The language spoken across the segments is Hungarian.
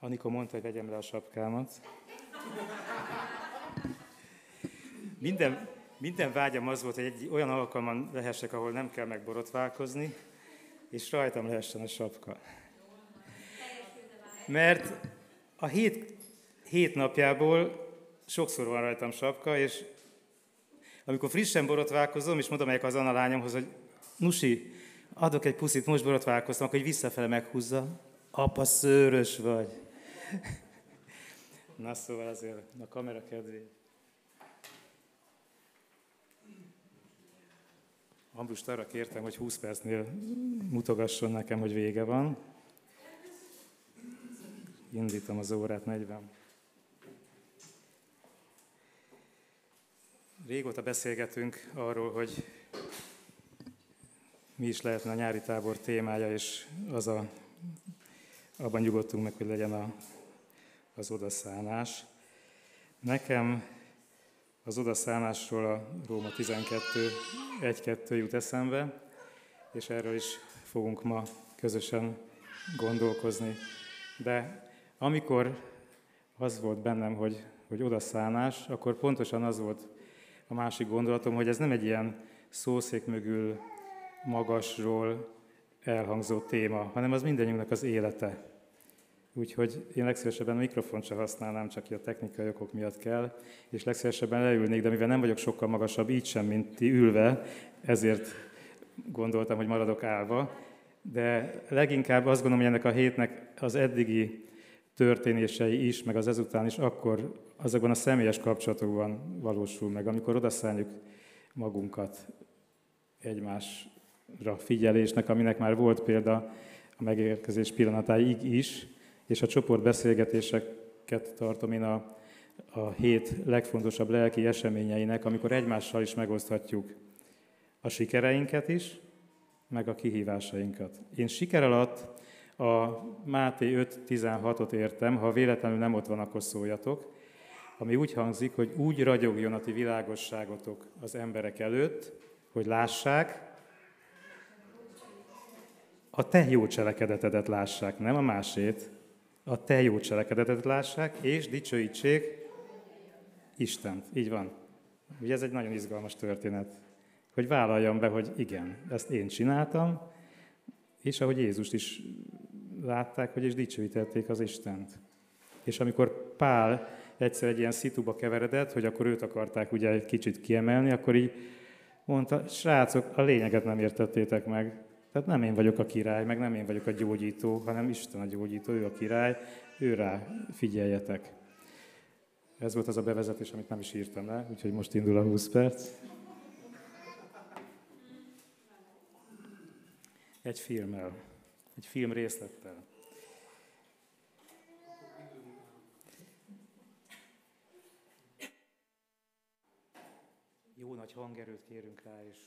Anikó mondta, hogy vegyem le a sapkámat. Minden vágyam az volt, hogy egy olyan alkalman lehessek, ahol nem kell megborotválkozni, és rajtam lehessen a sapka. Mert a hét napjából sokszor van rajtam sapka, és amikor frissen borotválkozom, és mondom melyik az Anna lányomhoz, hogy Nusi, adok egy puszit, most borotválkoztam, akkor visszafele meghúzza. Apa, szőrös vagy. Na szóval azért a kamera kedvéért. Ambrust arra kértem, hogy 20 percnél mutogasson nekem, hogy vége van. Indítom az órát, 40. Régóta beszélgetünk arról, hogy mi is lehetne a nyári tábor témája, és abban nyugodtunk meg, hogy legyen az odaszállás. Nekem az odaszállásról a Róma 12.1.2 jut eszembe, és erről is fogunk ma közösen gondolkozni. De amikor az volt bennem, hogy odaszállás, akkor pontosan az volt a másik gondolatom, hogy ez nem egy ilyen szószék mögül magasról elhangzó téma, hanem az mindannyiunknak az élete. Úgyhogy én legszívesebben a mikrofont sem használnám, csak ki a technikai okok miatt kell, és legszívesebben leülnék, de mivel nem vagyok sokkal magasabb, így sem, mint ti ülve, ezért gondoltam, hogy maradok állva. De leginkább azt gondolom, hogy ennek a hétnek az eddigi történései is, meg az ezután is akkor azokban a személyes kapcsolatokban valósul meg, amikor odaszálljuk magunkat egymásra figyelésnek, aminek már volt példa a megérkezés pillanatáig is, és a csoportbeszélgetéseket tartom én a hét legfontosabb lelki eseményeinek, amikor egymással is megoszthatjuk a sikereinket is, meg a kihívásainkat. Én siker alatt a Máté 5.16-ot értem, ha véletlenül nem ott van, akkor szóljatok, ami úgy hangzik, hogy úgy ragyogjon a ti világosságotok az emberek előtt, hogy lássák, a te jó cselekedetedet lássák, nem a másét, a te jó cselekedetedet lássák, és dicsőítsék Istent. Így van. Ugye ez egy nagyon izgalmas történet, hogy vállaljam be, hogy igen, ezt én csináltam, és ahogy Jézust is látták, hogy és dicsőítették az Istent. És amikor Pál egyszer egy ilyen szituba keveredett, hogy akkor őt akarták ugye egy kicsit kiemelni, akkor így mondta, srácok, a lényeget nem értettétek meg. Tehát nem én vagyok a király, meg nem én vagyok a gyógyító, hanem Isten a gyógyító, ő a király, ő rá figyeljetek. Ez volt az a bevezetés, amit nem is írtam le, úgyhogy most indul a 20 perc. Egy filmmel, egy film részlettel. Jó nagy hangerőt kérünk rá, és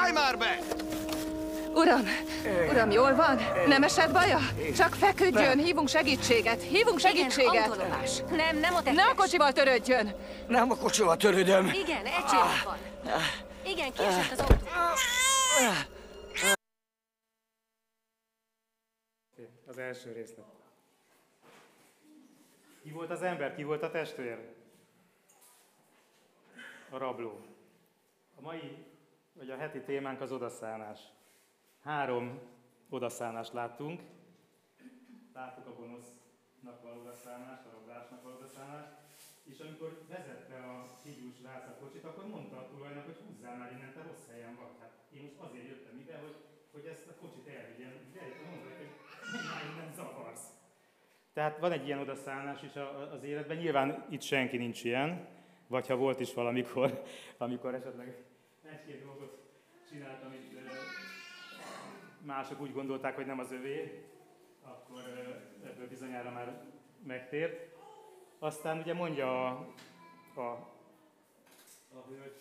Szállj már be! Uram, jól van? Nem esett baja? Csak feküdjön, hívunk segítséget. Igen, autolopás. Nem a tettes. Ne a kocsival törődjön! Nem a kocsival törődöm. Igen, egységünk van. Igen, kiesett az autó. Az első részlet. Ki volt az ember, ki volt a testvér? A rabló. A mai, vagy a heti témánk az odaszállás. 3 odaszálllást láttunk. Láttuk a gonosznak való odaszálllást, a rablásnak való odaszálllást, és amikor vezette a hídús srác a kocsit, akkor mondta a tulajnak, hogy húzzál már innen, te rossz helyen vagy. Hát én most azért jöttem ide, hogy ezt a kocsit elvigyen. De mondta, hogy már innen zavarsz. Tehát van egy ilyen odaszállás is az életben. Nyilván itt senki nincs ilyen, vagy ha volt is valamikor, amikor esetleg egy-két dolgot csinált, amit mások úgy gondolták, hogy nem az övé, akkor ebből bizonyára már megtért. Aztán ugye mondja a hölgy,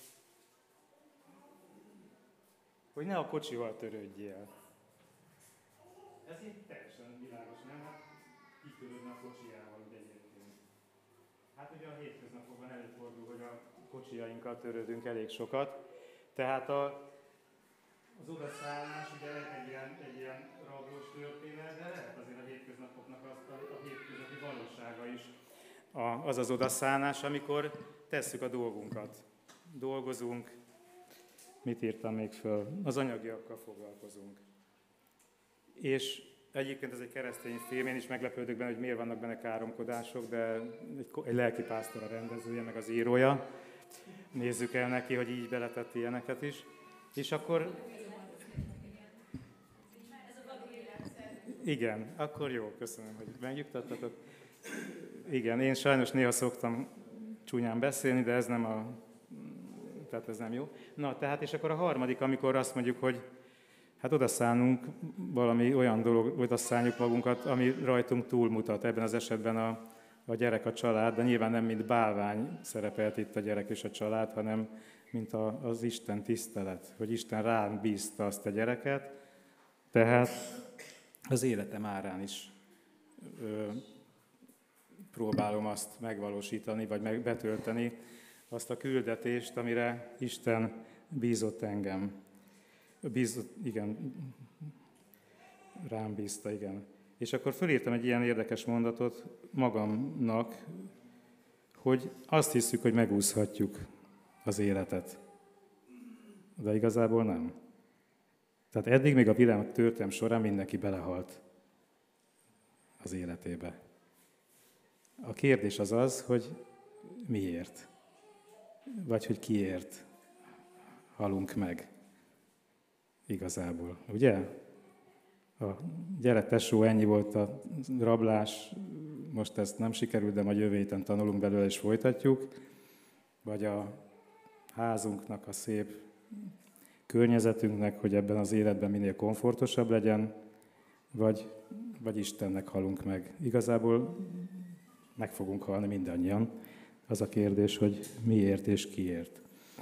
hogy ne a kocsival törődjél. Ez így teljesen világos, nem? Hát ki törődne a kocsijával ugye egyébként. Hát ugye a hétköznapokban előfordul, hogy a kocsijainkkal törődünk elég sokat. Tehát az odaszállás ugye egy ilyen rablós történet, de lehet azért a hétköznapoknak a hétköznapi valósága is az az odaszállás, amikor tesszük a dolgunkat. Dolgozunk, mit írtam még föl? Az anyagiakkal foglalkozunk. És egyébként ez egy keresztény film, én is meglepődök benne, hogy miért vannak benne káromkodások, de egy lelkipásztor a rendezője, meg az írója. Nézzük el neki, hogy így beletett ilyeneket is. És akkor... Igen, akkor jó, köszönöm, hogy megnyugtattatok. Igen, én sajnos néha szoktam csúnyán beszélni, de ez nem tehát ez nem jó. Na, tehát és akkor a harmadik, amikor azt mondjuk, hogy hát odaszállunk valami olyan dolog, odaszálljuk magunkat, ami rajtunk túlmutat. Ebben az esetben a gyerek, a család, de nyilván nem mint bálvány szerepelt itt a gyerek és a család, hanem mint az Isten tisztelet, hogy Isten rám bízta azt a gyereket, tehát az életem árán is próbálom azt megvalósítani, vagy betölteni azt a küldetést, amire Isten bízott engem. Rám bízta, igen. És akkor fölírtam egy ilyen érdekes mondatot magamnak, hogy azt hiszük, hogy megúszhatjuk az életet. De igazából nem. Tehát eddig még a világ történelem során mindenki belehalt az életébe. A kérdés az az, hogy miért? Vagy hogy kiért halunk meg igazából. Ugye? A gyere tesó, ennyi volt a rablás, most ezt nem sikerült, de majd jövő héten tanulunk belőle és folytatjuk. Vagy a házunknak a szép környezetünknek, hogy ebben az életben minél komfortosabb legyen, vagy Istennek halunk meg. Igazából meg fogunk halni mindannyian. Az a kérdés, hogy miért és kiért.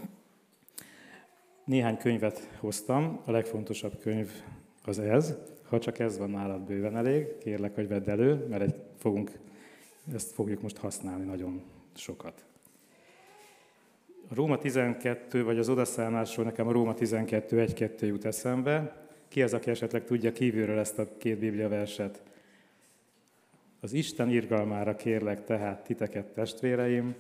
Néhány könyvet hoztam, a legfontosabb könyv az ez. Ha csak ez van nálad, bőven elég, kérlek, hogy vedd elő, mert ezt fogjuk most használni nagyon sokat. A Róma 12, vagy az odaszállásról nekem a Róma 12, 1-2 jut eszembe. Ki az, aki esetleg tudja kívülről ezt a 2 bibliaverset? Az Isten irgalmára kérlek tehát titeket, testvéreim,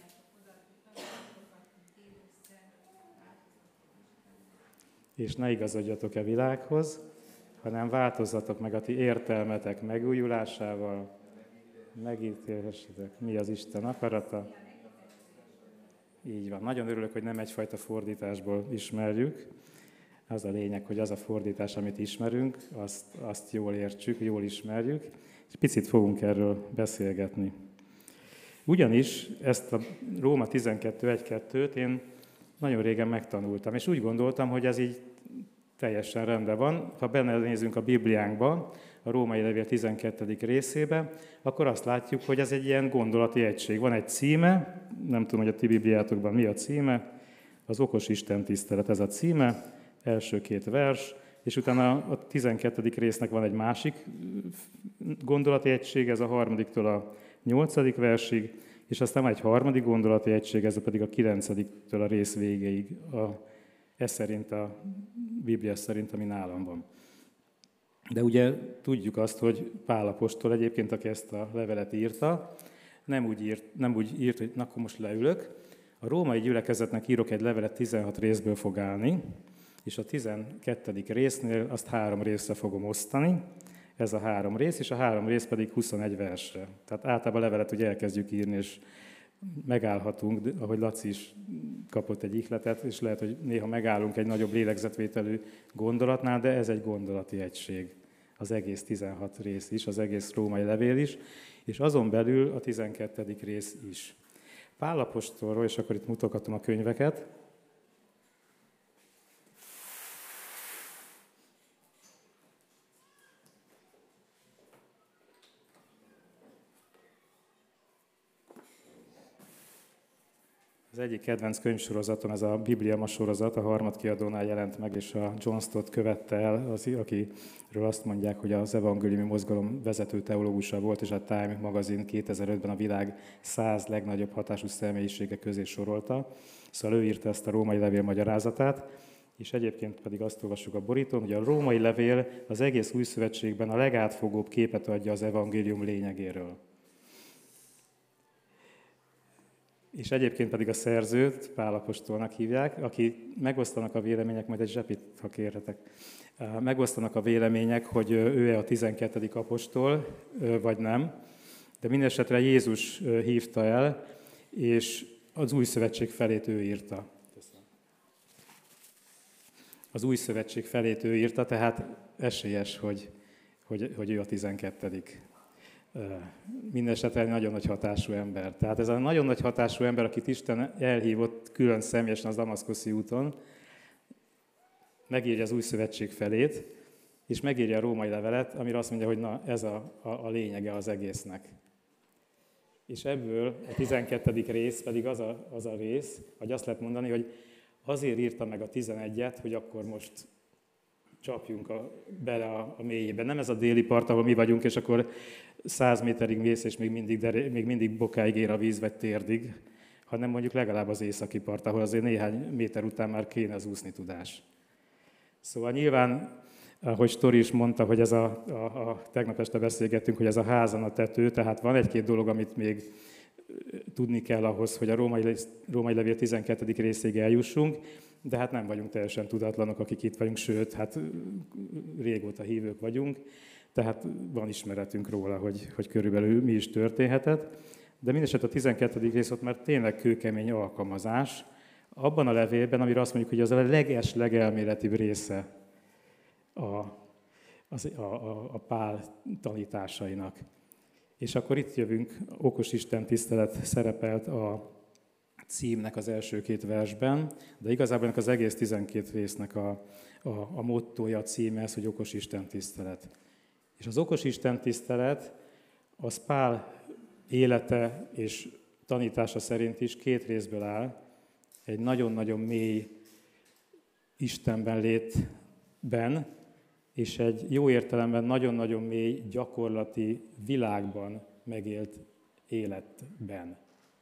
és ne igazodjatok a világhoz, hanem változzatok meg a ti értelmetek megújulásával, megítélhessetek, mi az Isten akarata. Így van. Nagyon örülök, hogy nem egyfajta fordításból ismerjük. Az a lényeg, hogy az a fordítás, amit ismerünk, azt jól értsük, jól ismerjük, és picit fogunk erről beszélgetni. Ugyanis ezt a Róma 12, 1-2-t én nagyon régen megtanultam, és úgy gondoltam, hogy ez így teljesen rendben van. Ha belenézünk a Bibliánkba, a Római Levél 12. részébe, akkor azt látjuk, hogy ez egy ilyen gondolati egység. Van egy címe, nem tudom, hogy a ti Bibliátokban mi a címe, az okos Isten tisztelet, ez a címe, első 2 vers, és utána a 12. résznek van egy másik gondolati egység, ez a 3-tól a 8. versig, és aztán van egy harmadik gondolati egység, ez pedig a 9-től a rész végéig, ez szerint a Biblia szerint, ami nálam van. De ugye tudjuk azt, hogy Pál apostol egyébként, aki ezt a levelet írta, nem úgy írt, hogy na, akkor most leülök. A római gyülekezetnek írok egy levelet, 16 részből fog állni, és a 12. résznél azt 3 részre fogom osztani, ez a 3 rész, és a 3 rész pedig 21 versre. Tehát általában a levelet ugye elkezdjük írni, és megállhatunk, ahogy Laci is kapott egy ihletet, és lehet, hogy néha megállunk egy nagyobb lélegzetvételű gondolatnál, de ez egy gondolati egység. Az egész 16 rész is, az egész római levél is, és azon belül a 12. rész is. Pál apostolról, és akkor itt mutogatom a könyveket. Az egyik kedvenc könyvsorozatom, ez a Bibliama sorozat, a harmadkiadónál jelent meg, és a John Stott követte el, akiről azt mondják, hogy az evangéliumi mozgalom vezető teológusa volt, és a Time magazin 2005-ben a világ 100 legnagyobb hatású személyisége közé sorolta. Szóval ő írta ezt a római levél magyarázatát, és egyébként pedig azt olvassuk a borítón, hogy a római levél az egész új szövetségben a legátfogóbb képet adja az evangélium lényegéről. És egyébként pedig a szerzőt Pál apostolnak hívják, aki megosztanak a vélemények, majd egy zsepit, ha kérhetek, megosztanak a vélemények, hogy ő a 12. apostol, vagy nem, de mindesetre Jézus hívta el, és az új szövetség felét ő írta. Az új szövetség felét ő írta, tehát esélyes, hogy ő a 12. Mindenesetre egy nagyon nagy hatású ember. Tehát ez a nagyon nagy hatású ember, akit Isten elhívott külön személyesen az Damaszkuszi úton, megírja az új szövetség felét, és megírja a római levelet, amire azt mondja, hogy na, ez a lényege az egésznek. És ebből a 12. rész pedig az a rész, hogy azt lehet mondani, hogy azért írta meg a 11-et, hogy akkor most csapjunk bele a mélyébe. Nem ez a déli part, ahol mi vagyunk, és akkor 100 méterig mész, és még mindig bokáig ér a víz, vagy térdig, hanem mondjuk legalább az északi part, ahol azért néhány méter után már kéne az úszni tudás. Szóval nyilván, ahogy Stori is mondta, hogy ez tegnap este beszélgettünk, hogy ez a házan a tető, tehát van egy-két dolog, amit még tudni kell ahhoz, hogy a római levél 12. részéig eljussunk, de hát nem vagyunk teljesen tudatlanok, akik itt vagyunk, sőt, hát régóta hívők vagyunk, tehát van ismeretünk róla, hogy körülbelül mi is történhetett. De mindesetre a 12. rész ott már tényleg kőkemény alkalmazás, abban a levélben, amire azt mondjuk, hogy az a legelméletibb része a Pál tanításainak. És akkor itt jövünk, okos Isten tisztelet szerepelt a címnek az első 2 versben, de igazából az egész 12 résznek a mottója, a címe ez, hogy okos Isten tisztelet. És az okos Isten tisztelet, az Pál élete és tanítása szerint is 2 részből áll, egy nagyon-nagyon mély Istenben létben, és egy jó értelemben nagyon-nagyon mély gyakorlati világban megélt életben.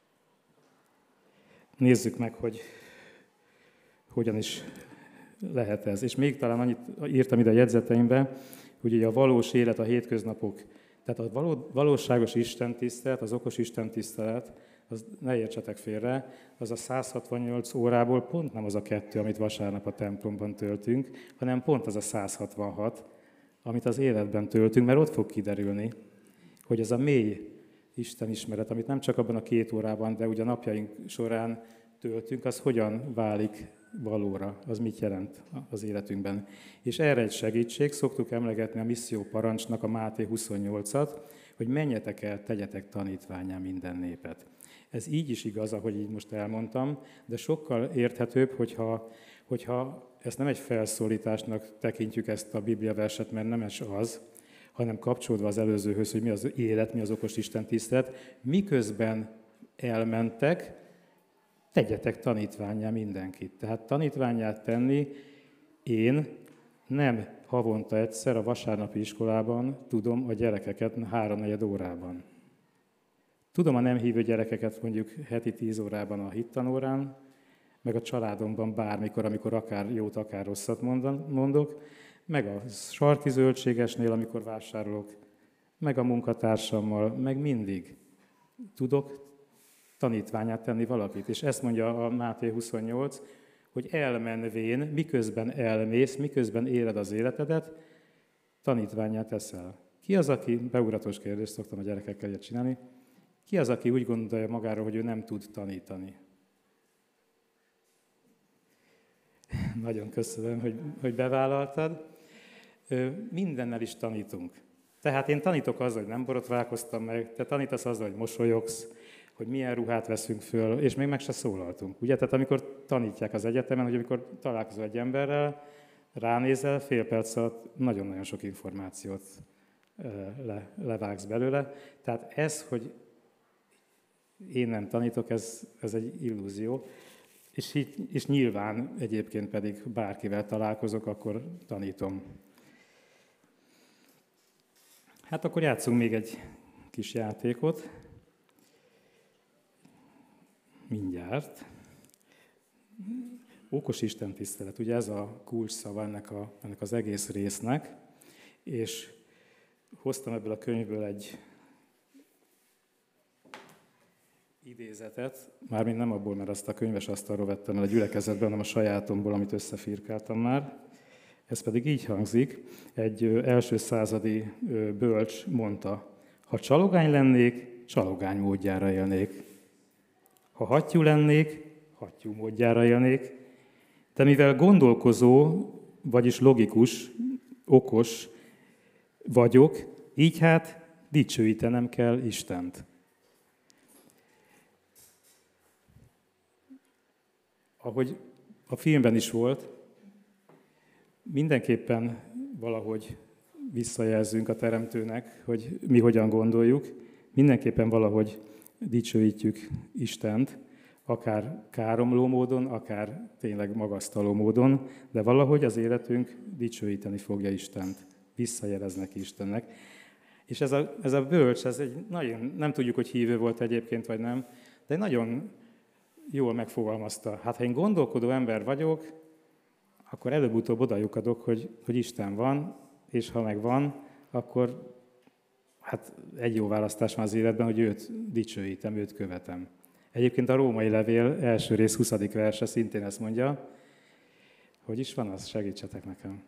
Nézzük meg, hogy hogyan is lehet ez. És még talán annyit írtam ide a jegyzeteimbe, hogy ugye a valós élet, a hétköznapok, tehát a valóságos istentisztelet, az okos istentisztelet, az ne értsetek félre, az a 168 órából pont nem az a 2, amit vasárnap a templomban töltünk, hanem pont az a 166, amit az életben töltünk, mert ott fog kiderülni, hogy ez a mély Isten ismeret, amit nem csak abban a 2 órában, de ugye a napjaink során töltünk, az hogyan válik valóra, az mit jelent az életünkben. És erre egy segítség, szoktuk emlegetni a misszió parancsnak, a Máté 28-at, hogy menjetek el, tegyetek tanítvánnyá minden népet. Ez így is igaz, ahogy így most elmondtam, de sokkal érthetőbb, hogyha ezt nem egy felszólításnak tekintjük ezt a bibliaverset, mert nem az, hanem kapcsolódva az előzőhöz, hogy mi az élet, mi az okos Isten tisztelet, miközben elmentek, tegyetek tanítvánnyá mindenkit. Tehát tanítvánnyá tenni Én nem havonta egyszer a vasárnapi iskolában tudom a gyerekeket 3-4 órában. Tudom a nem hívő gyerekeket mondjuk heti 10 órában a hittanórán, meg a családomban bármikor, amikor akár jót, akár rosszat mondok, meg a sarki zöldségesnél, amikor vásárolok, meg a munkatársammal, meg mindig tudok tanítványát tenni valakit. És ezt mondja a Máté 28, hogy elmenvén, miközben elmész, miközben éled az életedet, tanítványát teszel. Ki az, aki, beugratós kérdést szoktam a gyerekekkel ilyet csinálni, ki az, aki úgy gondolja magáról, hogy ő nem tud tanítani? Nagyon köszönöm, hogy bevállaltad. Mindennel is tanítunk. Tehát én tanítok azzal, hogy nem borotválkoztam meg, te tanítasz azzal, hogy mosolyogsz, hogy milyen ruhát veszünk föl, és még meg se szólaltunk. Ugye? Tehát amikor tanítják az egyetemen, hogy amikor találkozol egy emberrel, ránézel, fél perc alatt nagyon-nagyon sok információt levágsz belőle. Tehát ez, hogy én nem tanítok, ez egy illúzió. És nyilván egyébként pedig bárkivel találkozok, akkor tanítom. Hát akkor játszunk még egy kis játékot. Mindjárt. Okos istentisztelet, ugye ez a kulcs szava ennek az egész résznek, és hoztam ebből a könyvből egy idézetet, mármint nem abból, mert azt a könyves asztalról vettem el a gyülekezetben, hanem a sajátomból, amit összefirkáltam már. Ez pedig így hangzik, egy első századi bölcs mondta, ha csalogány lennék, csalogány módjára élnék. Ha hattyú lennék, hattyú módjára élnék. De mivel gondolkozó, vagyis logikus, okos vagyok, így hát dicsőítenem kell Istent. Ahogy a filmben is volt, mindenképpen valahogy visszajelzünk a Teremtőnek, hogy mi hogyan gondoljuk, mindenképpen valahogy dicsőítjük Istent, akár káromló módon, akár tényleg magasztaló módon, de valahogy az életünk dicsőíteni fogja Istent, visszajelez neki Istennek. És ez a bölcs, ez egy nagyon, nem tudjuk, hogy hívő volt egyébként, vagy nem, de nagyon jól megfogalmazta. Hát ha én gondolkodó ember vagyok, akkor előbb-utóbb odajukadok, hogy Isten van, és ha meg van, akkor hát egy jó választás van az életben, hogy őt dicsőítem, őt követem. Egyébként a Római Levél első rész 20. verse szintén ezt mondja, hogy is van az, segítsetek nekem.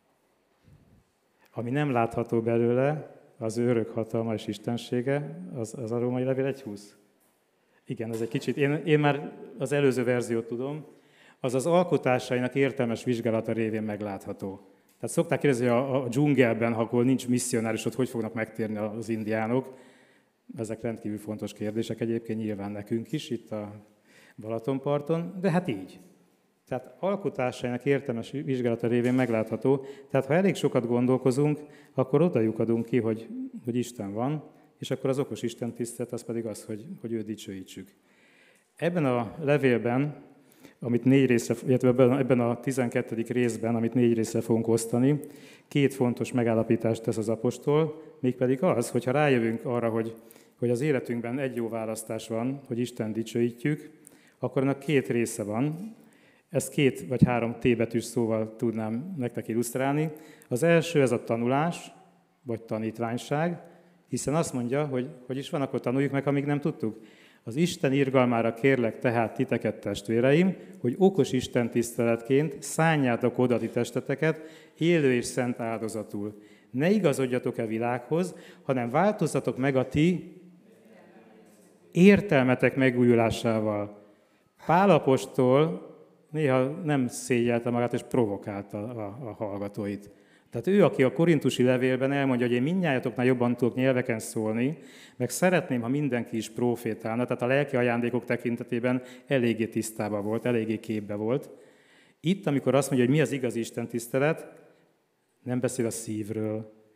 Ami nem látható belőle, az ő örök hatalma és istensége, az a Római Levél 1.20. Igen, ez egy kicsit, én már az előző verziót tudom, az az alkotásainak értelmes vizsgálata révén meglátható. Tehát szokták kérdezni, hogy a dzsungelben, ha nincs misszionáris, ott hogy fognak megtérni az indiánok. Ezek rendkívül fontos kérdések egyébként nyilván nekünk is, itt a Balatonparton, de hát így. Tehát alkotásainak értelmes vizsgálata révén meglátható. Tehát ha elég sokat gondolkozunk, akkor oda lyukadunk ki, hogy Isten van, és akkor az okos Isten tisztelet az pedig az, hogy őt dicsőítsük. Ebben a levélben, amit 4 részre, illetve ebben a 12. részben, amit 4 részre fogunk osztani, 2 fontos megállapítást tesz az apostol, mégpedig az, hogyha rájövünk arra, hogy az életünkben egy jó választás van, hogy Isten dicsőítjük, akkor annak 2 része van. Ezt 2 vagy 3 T betűs szóval tudnám nektek illusztrálni. Az első ez a tanulás, vagy tanítványság, hiszen azt mondja, hogy is van, akkor tanuljuk meg, amíg nem tudtuk. Az Isten irgalmára kérlek tehát titeket, testvéreim, hogy okos Isten tiszteletként szánjátok oda ti testeteket élő és szent áldozatul. Ne igazodjatok a világhoz, hanem változzatok meg a ti értelmetek megújulásával. Pál apostol néha nem szégyelte magát, és provokálta a hallgatóit. Tehát ő, aki a korintusi levélben elmondja, hogy én mindnyájatoknál jobban tudok nyelveken szólni, meg szeretném, ha mindenki is profétálna, tehát a lelki ajándékok tekintetében eléggé tisztában volt, eléggé képbe volt. Itt, amikor azt mondja, hogy mi az igazi Isten tisztelet, nem beszél a szívről,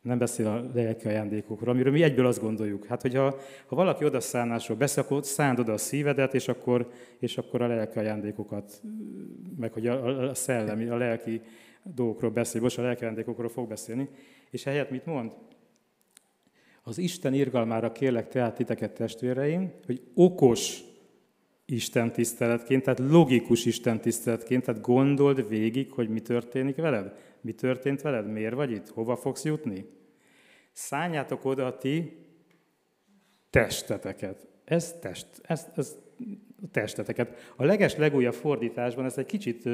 Nem beszél a lelki ajándékokról, amiről mi egyből azt gondoljuk. Hát, hogyha valaki odaszánásról beszél, akkor szánd oda a szívedet, és akkor a lelki ajándékokat, meg hogy a szellemi, a lelki dolgokról beszél. Most a lelki ajándékokról fog beszélni. És helyett mit mond? Az Isten irgalmára kérlek tehát titeket, testvéreim, hogy okos Isten tiszteletként, tehát logikus Isten tiszteletként, tehát gondold végig, hogy mi történik veled. Mi történt veled? Miért vagy itt? Hova fogsz jutni? Szálljátok oda a ti testeteket. Ez a testeteket. A legújabb fordításban ezt egy kicsit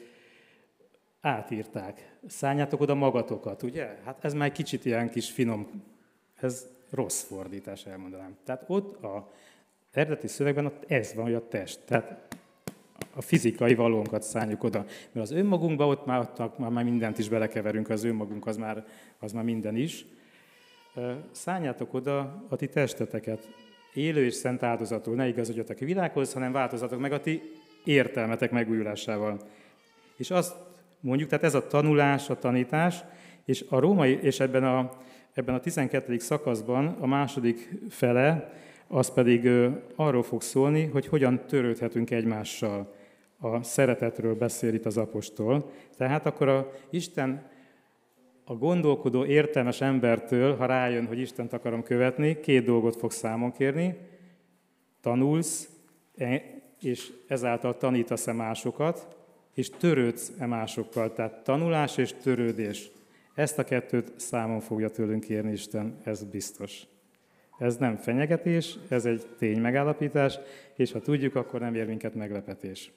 átírták. Szálljátok oda magatokat, ugye? Hát ez már egy kicsit ilyen kis finom, ez rossz fordítás, elmondanám. Tehát ott a eredeti szövegben ez van, hogy a test. Tehát a fizikai valónkat szálljuk oda. Mert az önmagunkba ott már mindent is belekeverünk, az önmagunk az már minden is. Szálljátok oda a ti testeteket, élő és szent áldozatul, ne igazodjatok a világhoz, hanem változatok meg a ti értelmetek megújulásával. És azt mondjuk, tehát ez a tanulás, a tanítás, és a római, és ebben a 12. szakaszban a második fele, az pedig arról fog szólni, hogy hogyan törődhetünk egymással. A szeretetről beszél itt az apostol. Tehát akkor Isten a gondolkodó, értelmes embertől, ha rájön, hogy Istent akarom követni, 2 dolgot fog számon kérni. Tanulsz, és ezáltal tanítasz-e másokat, és törődsz-e másokkal. Tehát tanulás és törődés. Ezt a 2-t számon fogja tőlünk kérni Isten, ez biztos. Ez nem fenyegetés, ez egy tény megállapítás, és ha tudjuk, akkor nem ér minket meglepetés.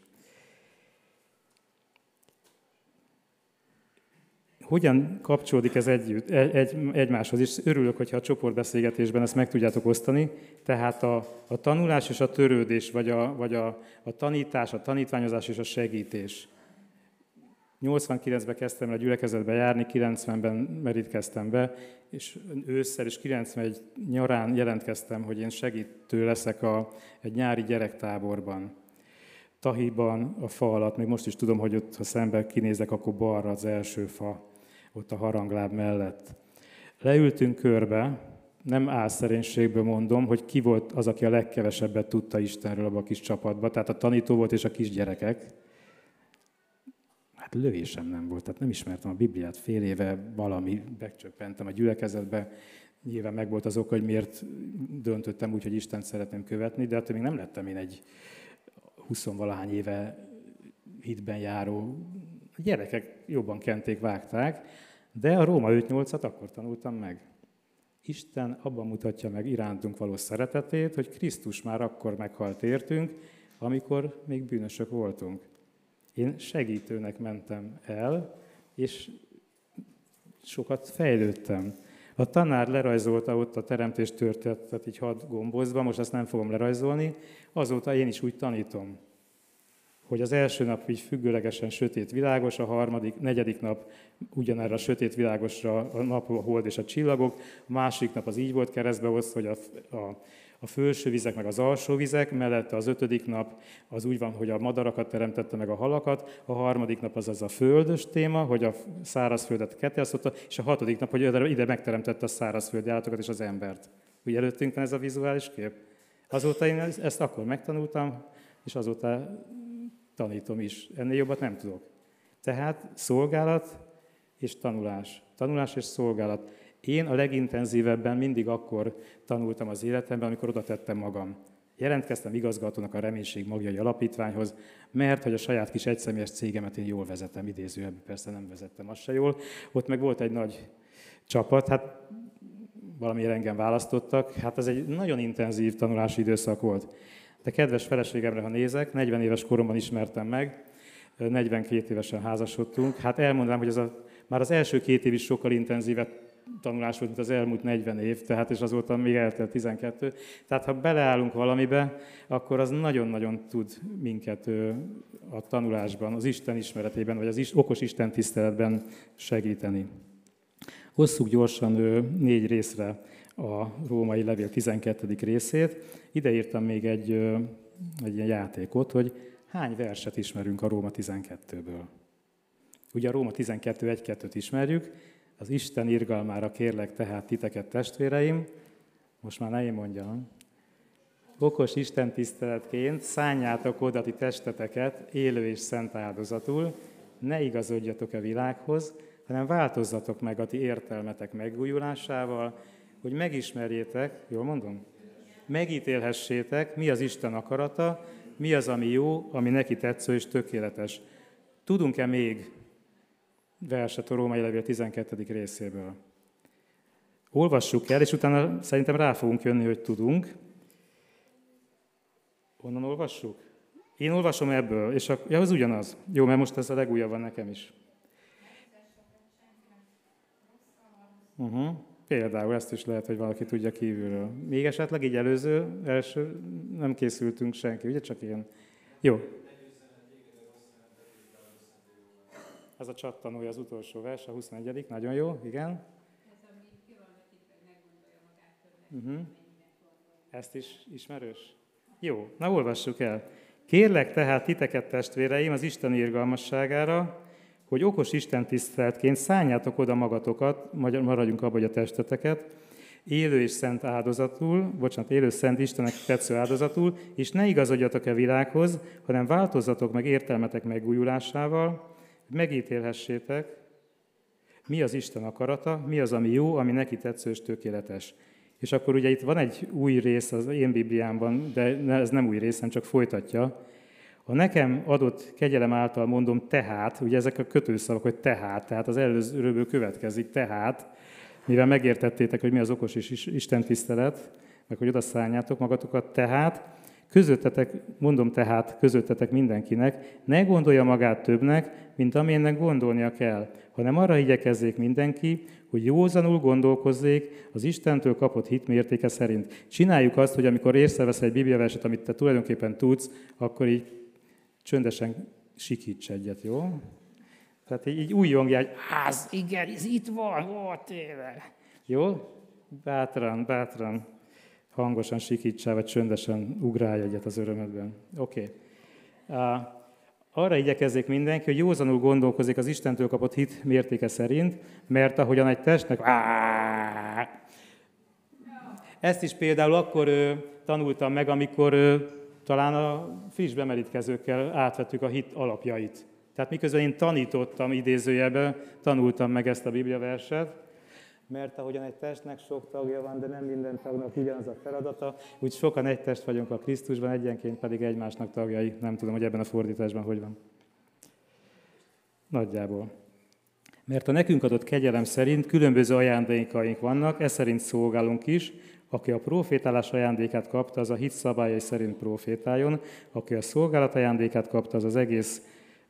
Hogyan kapcsolódik ez egymáshoz? És örülök, hogyha a csoportbeszélgetésben ezt meg tudjátok osztani. Tehát a tanulás és a törődés, vagy a tanítás, a tanítványozás és a segítés. 89-ben kezdtem el a gyülekezetbe járni, 90-ben merítkeztem be, és ősszel és 91 nyarán jelentkeztem, hogy én segítő leszek egy nyári gyerektáborban. Tahiban, a fa alatt, még most is tudom, hogy ott, ha szemben kinézek, akkor balra az első fa, ott a harangláb mellett. Leültünk körbe, nem álszerénységből mondom, hogy ki volt az, aki a legkevesebbet tudta Istenről abban a kis csapatban, tehát a tanító volt és a kisgyerekek. Hát lövésem nem volt, tehát nem ismertem a Bibliát, fél éve valami, becsöppentem a gyülekezetbe, nyilván meg volt az ok, hogy miért döntöttem úgy, hogy Istent szeretném követni, de attól még nem lettem én egy 20-valahány éve hitben járó. A gyerekek jobban kenték, vágták, de a Róma 5.8-at akkor tanultam meg. Isten abban mutatja meg irántunk való szeretetét, hogy Krisztus már akkor meghalt értünk, amikor még bűnösök voltunk. Én segítőnek mentem el, és sokat fejlődtem. A tanár lerajzolta ott a teremtés történetet így 6 gombozba, most ezt nem fogom lerajzolni, azóta én is úgy tanítom, hogy az első nap így függőlegesen sötét világos, a harmadik, negyedik nap ugyanerre a sötét világosra a nap, a hold és a csillagok, a másik nap az így volt keresztbe hozva, hogy a felső vizek meg az alsó vizek, mellette az 5. nap az úgy van, hogy a madarakat teremtette meg a halakat, a harmadik nap az a földös téma, hogy a szárazföldet ketteosztotta, és a 6. nap, hogy ide megteremtette a szárazföldi állatokat és az embert. Úgy előttünk van ez a vizuális kép? Azóta én ezt akkor megtanultam, és azóta tanítom is. Ennél jobbat nem tudok. Tehát szolgálat és tanulás. Tanulás és szolgálat. Én a legintenzívebben mindig akkor tanultam az életemben, amikor oda tettem magam. Jelentkeztem igazgatónak a Reménység Magjai Alapítványhoz, mert hogy a saját kis egyszemélyes cégemet én jól vezetem, idézőjelben persze nem vezettem azt se jól. Ott meg volt egy nagy csapat, hát valamiért engem választottak, hát ez egy nagyon intenzív tanulási időszak volt. De kedves feleségemre, ha nézek, 40 éves koromban ismertem meg, 42 évesen házasodtunk. Hát elmondanám, hogy már az első 2 év is sokkal intenzívebb tanulás volt, mint az elmúlt 40 év, tehát és azóta még eltelt 12. Tehát ha beleállunk valamibe, akkor az nagyon-nagyon tud minket a tanulásban, az Isten ismeretében, vagy az okos Isten tiszteletben segíteni. Osszuk gyorsan 4 részre a római levél 12. részét. Ide írtam még egy ilyen játékot, hogy hány verset ismerünk a Róma 12-ből. Ugye a Róma 12.1-2-t ismerjük, Az Isten irgalmára kérlek tehát titeket, testvéreim, most már ne én mondjam, okos Isten tiszteletként szánjátok oda ti testeteket élő és szent áldozatul, ne igazodjatok a világhoz, hanem változzatok meg a ti értelmetek megújulásával, hogy megismerjétek, jól mondom? Megítélhessétek, mi az Isten akarata, mi az, ami jó, ami neki tetsző és tökéletes. Tudunk-e még verset a Római Levél 12. részéből? Olvassuk el, és utána szerintem rá fogunk jönni, hogy tudunk. Honnan olvassuk? Én olvasom ebből, és az ugyanaz. Jó, mert most ez a legújabb van nekem is. Például ezt is lehet, hogy valaki tudja kívülről. Még esetleg így első nem készültünk senki, ugye csak ilyen. Jó. Ez a csattanója az utolsó vers, a 21. Nagyon jó, igen. Ezt is ismerős? Jó, na olvassuk el. Kérlek tehát titeket, testvéreim, az Isten irgalmasságára, hogy okos Isten tiszteletként szánjátok oda magatokat, maradjunk abba, hogy a testeteket, élő és szent áldozatul, élő szent Istennek tetsző áldozatul, és ne igazodjatok a világhoz, hanem változzatok meg értelmetek megújulásával, hogy megítélhessétek, mi az Isten akarata, mi az, ami jó, ami neki tetsző és tökéletes. És akkor ugye itt van egy új rész az én Bibliámban, de ez nem új rész, hanem csak folytatja. A nekem adott kegyelem által mondom tehát, ugye ezek a kötőszavak, hogy tehát az előzőből következik, tehát, mivel megértettétek, hogy mi az okos és Isten tisztelet, meg hogy oda szálljátok magatokat, tehát, közöttetek mindenkinek, ne gondolja magát többnek, mint amilyennek gondolnia kell, hanem arra igyekezzék mindenki, hogy józanul gondolkozzék az Istentől kapott hit mértéke szerint. Csináljuk azt, hogy amikor észrevesz egy bibliaverset, amit te tulajdonképpen tudsz, akkor így csöndesen sikíts egyet, jó? Tehát így újjongja, hogy igen, ez itt van, tényleg. Jó? Bátran, hangosan sikítsál, vagy csöndesen ugrálj egyet az örömödben. Oké. Arra igyekezzék mindenki, hogy józanul gondolkozik az Istentől kapott hit mértéke szerint, mert ahogyan egy testnek... Ezt is például akkor tanultam meg, amikor talán a friss bemerítkezőkkel átvettük a hit alapjait. Tehát miközben én tanítottam idézőjelben, tanultam meg ezt a bibliaverset, mert ahogyan egy testnek sok tagja van, de nem minden tagnak ugyanaz a feladata, úgy sokan egy test vagyunk a Krisztusban, egyenként pedig egymásnak tagjai. Nem tudom, hogy ebben a fordításban hogy van. Nagyjából. Mert a nekünk adott kegyelem szerint különböző ajándékaink vannak, ez szerint szolgálunk is. Aki a profétálás ajándékát kapta, az a hit szabályai szerint profétáljon. Aki a szolgálat ajándékát kapta, az az egész,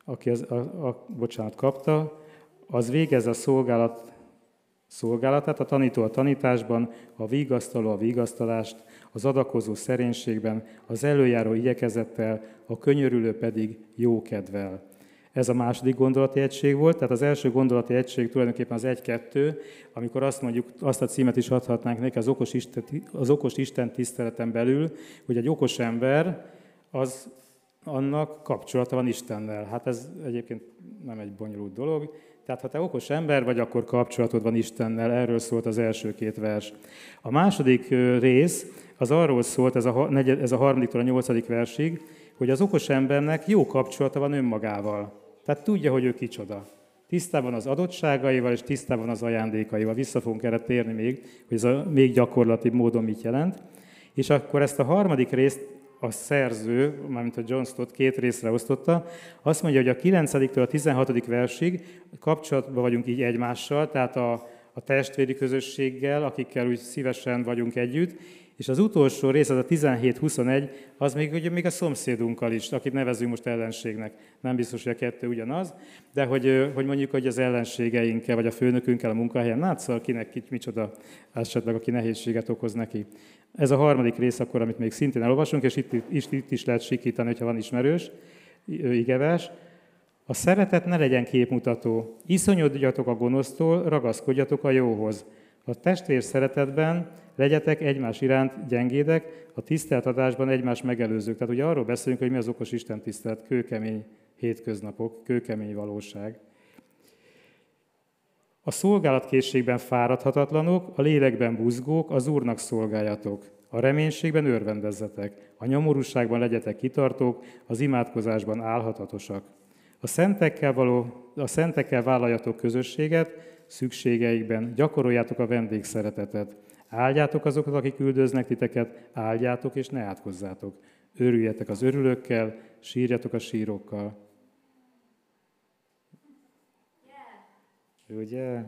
kapta, az végezze a szolgálatát, a tanító a tanításban, a vigasztaló a vigasztalást, az adakozó szerénységben, az előjáró igyekezettel, a könyörülő pedig jókedvel. Ez a második gondolati egység volt, tehát az első gondolati egység tulajdonképpen az 1-2, amikor azt mondjuk, azt a címet is adhatnánk neki az okos Isten tiszteleten belül, hogy egy okos ember, annak kapcsolata van Istennel. Hát ez egyébként nem egy bonyolult dolog. Tehát ha te okos ember vagy, akkor kapcsolatod van Istennel, erről szólt az első 2 vers. A második rész az arról szólt, ez a 3-tól a 8. versig, hogy az okos embernek jó kapcsolata van önmagával. Tehát tudja, hogy ő kicsoda. Tisztában az adottságaival és tisztában az ajándékaival. Vissza fogunk erre térni még, hogy ez a még gyakorlatibb módon mit jelent. És akkor ezt a harmadik részt a szerző, mármint a John Stott 2 részre osztotta, azt mondja, hogy a 9-től a 16. versig kapcsolatban vagyunk így egymással, tehát a testvéri közösséggel, akikkel úgy szívesen vagyunk együtt, és az utolsó rész, az a 17-21, az még a szomszédunkkal is, akit nevezünk most ellenségnek. Nem biztos, hogy a 2 ugyanaz, de hogy mondjuk, hogy az ellenségeinkkel, vagy a főnökünkkel a munkahelyen, látszal kinek micsoda, esetleg aki nehézséget okoz neki. Ez a harmadik rész akkor, amit még szintén elolvasunk, és itt is lehet sikítani, hogyha van ismerős igevers. A szeretet ne legyen képmutató. Iszonyodjatok a gonosztól, ragaszkodjatok a jóhoz. A testvér szeretetben legyetek egymás iránt gyengédek, a tiszteletadásban egymás megelőzők. Tehát ugye arról beszélünk, hogy mi az okos Isten tisztelet, kőkemény hétköznapok, kőkemény valóság. A szolgálatkészségben fáradhatatlanok, a lélekben buzgók, az Úrnak szolgáljatok. A reménységben örvendezzetek, a nyomorúságban legyetek kitartók, az imádkozásban álhatatosak. A szentekkel vállaljatok közösséget, szükségeikben gyakoroljátok a vendégszeretetet. Áldjátok azokat, akik üldöznek titeket, áldjátok és ne átkozzátok. Örüljetek az örülőkkel, sírjatok a sírokkal. Ugye?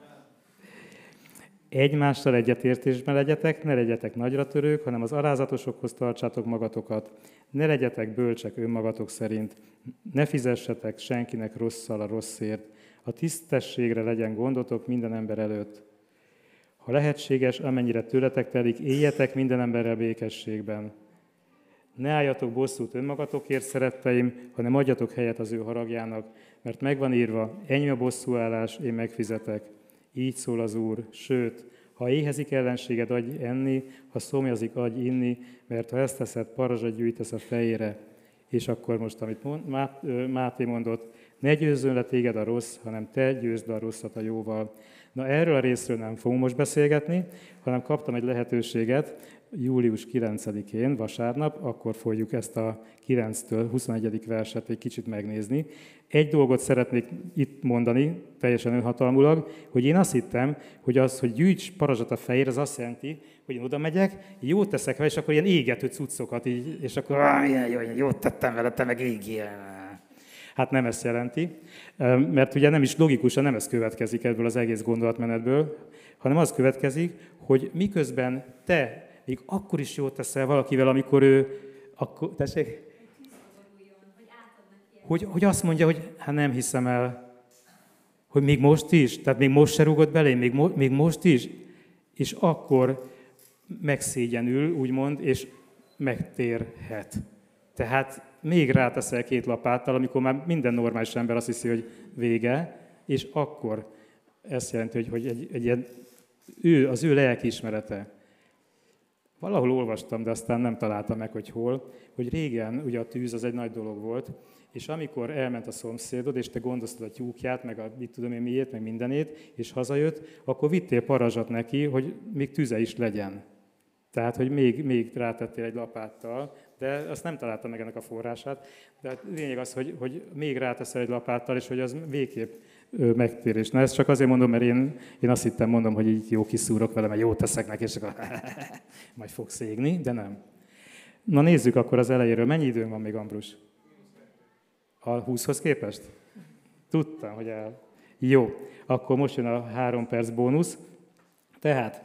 Egymással egyetértésben legyetek, ne legyetek nagyra törők, hanem az alázatosokhoz tartsátok magatokat. Ne legyetek bölcsek önmagatok szerint, ne fizessetek senkinek rosszal a rosszért. A tisztességre legyen gondotok minden ember előtt. Ha lehetséges, amennyire tőletek telik, éljetek minden emberrel békességben. Ne álljatok bosszút önmagatokért, szeretteim, hanem adjatok helyet az ő haragjának, mert megvan írva, enyém a bosszúállás, én megfizetek. Így szól az Úr, sőt, ha éhezik ellenséged, adj enni, ha szomjazik, adj inni, mert ha ezt teszed, parazsat gyűjtesz a fejére. És akkor most, amit Máté mondott, ne győzzön le téged a rossz, hanem te győzd le a rosszat a jóval. Na, erről a részről nem fogunk most beszélgetni, hanem kaptam egy lehetőséget, július 9-én, vasárnap, akkor fogjuk ezt a 9-től 21. verset egy kicsit megnézni. Egy dolgot szeretnék itt mondani, teljesen önhatalmulag, hogy én azt hittem, hogy az, hogy gyűjts parazsat a fejére, az azt jelenti, hogy én oda megyek, jót teszek vele, és akkor ilyen égető cuccokat így, és akkor jót tettem vele, te meg égjél. Hát nem ezt jelenti, mert ugye nem is logikusan nem ez következik ebből az egész gondolatmenetből, hanem az következik, hogy miközben te még akkor is jót teszel valakivel, amikor ő... Akkor, tessék? Hogy azt mondja, hogy hát nem hiszem el, hogy még most is, tehát még most se rúgott belém, még most is, és akkor megszégyenül, úgymond, és megtérhet. Tehát még ráteszel 2 lapáttal, amikor már minden normális ember azt hiszi, hogy vége, és akkor ezt jelenti, hogy egy ilyen, az ő lelkiismerete. Valahol olvastam, de aztán nem találtam meg, hogy hol, hogy régen ugye a tűz az egy nagy dolog volt, és amikor elment a szomszédod, és te gondoztad a tyúkját, meg a mit tudom én miért, meg mindenét, és hazajött, akkor vittél parazsat neki, hogy még tüze is legyen. Tehát, hogy még rátettél egy lapáttal, de azt nem találtam meg ennek a forrását. De lényeg az, hogy még ráteszel egy lapáttal, és hogy az végképp megtérés. Na ezt csak azért mondom, mert én azt hittem, mondom, hogy így jó kiszúrok vele, mert jót teszek neki, és akkor majd fogsz égni, de nem. Na nézzük akkor az elejéről. Mennyi időnk van még, Ambrus? A 20-hoz képest? Tudtam, hogy Jó, akkor most jön a 3 perc bónusz. Tehát,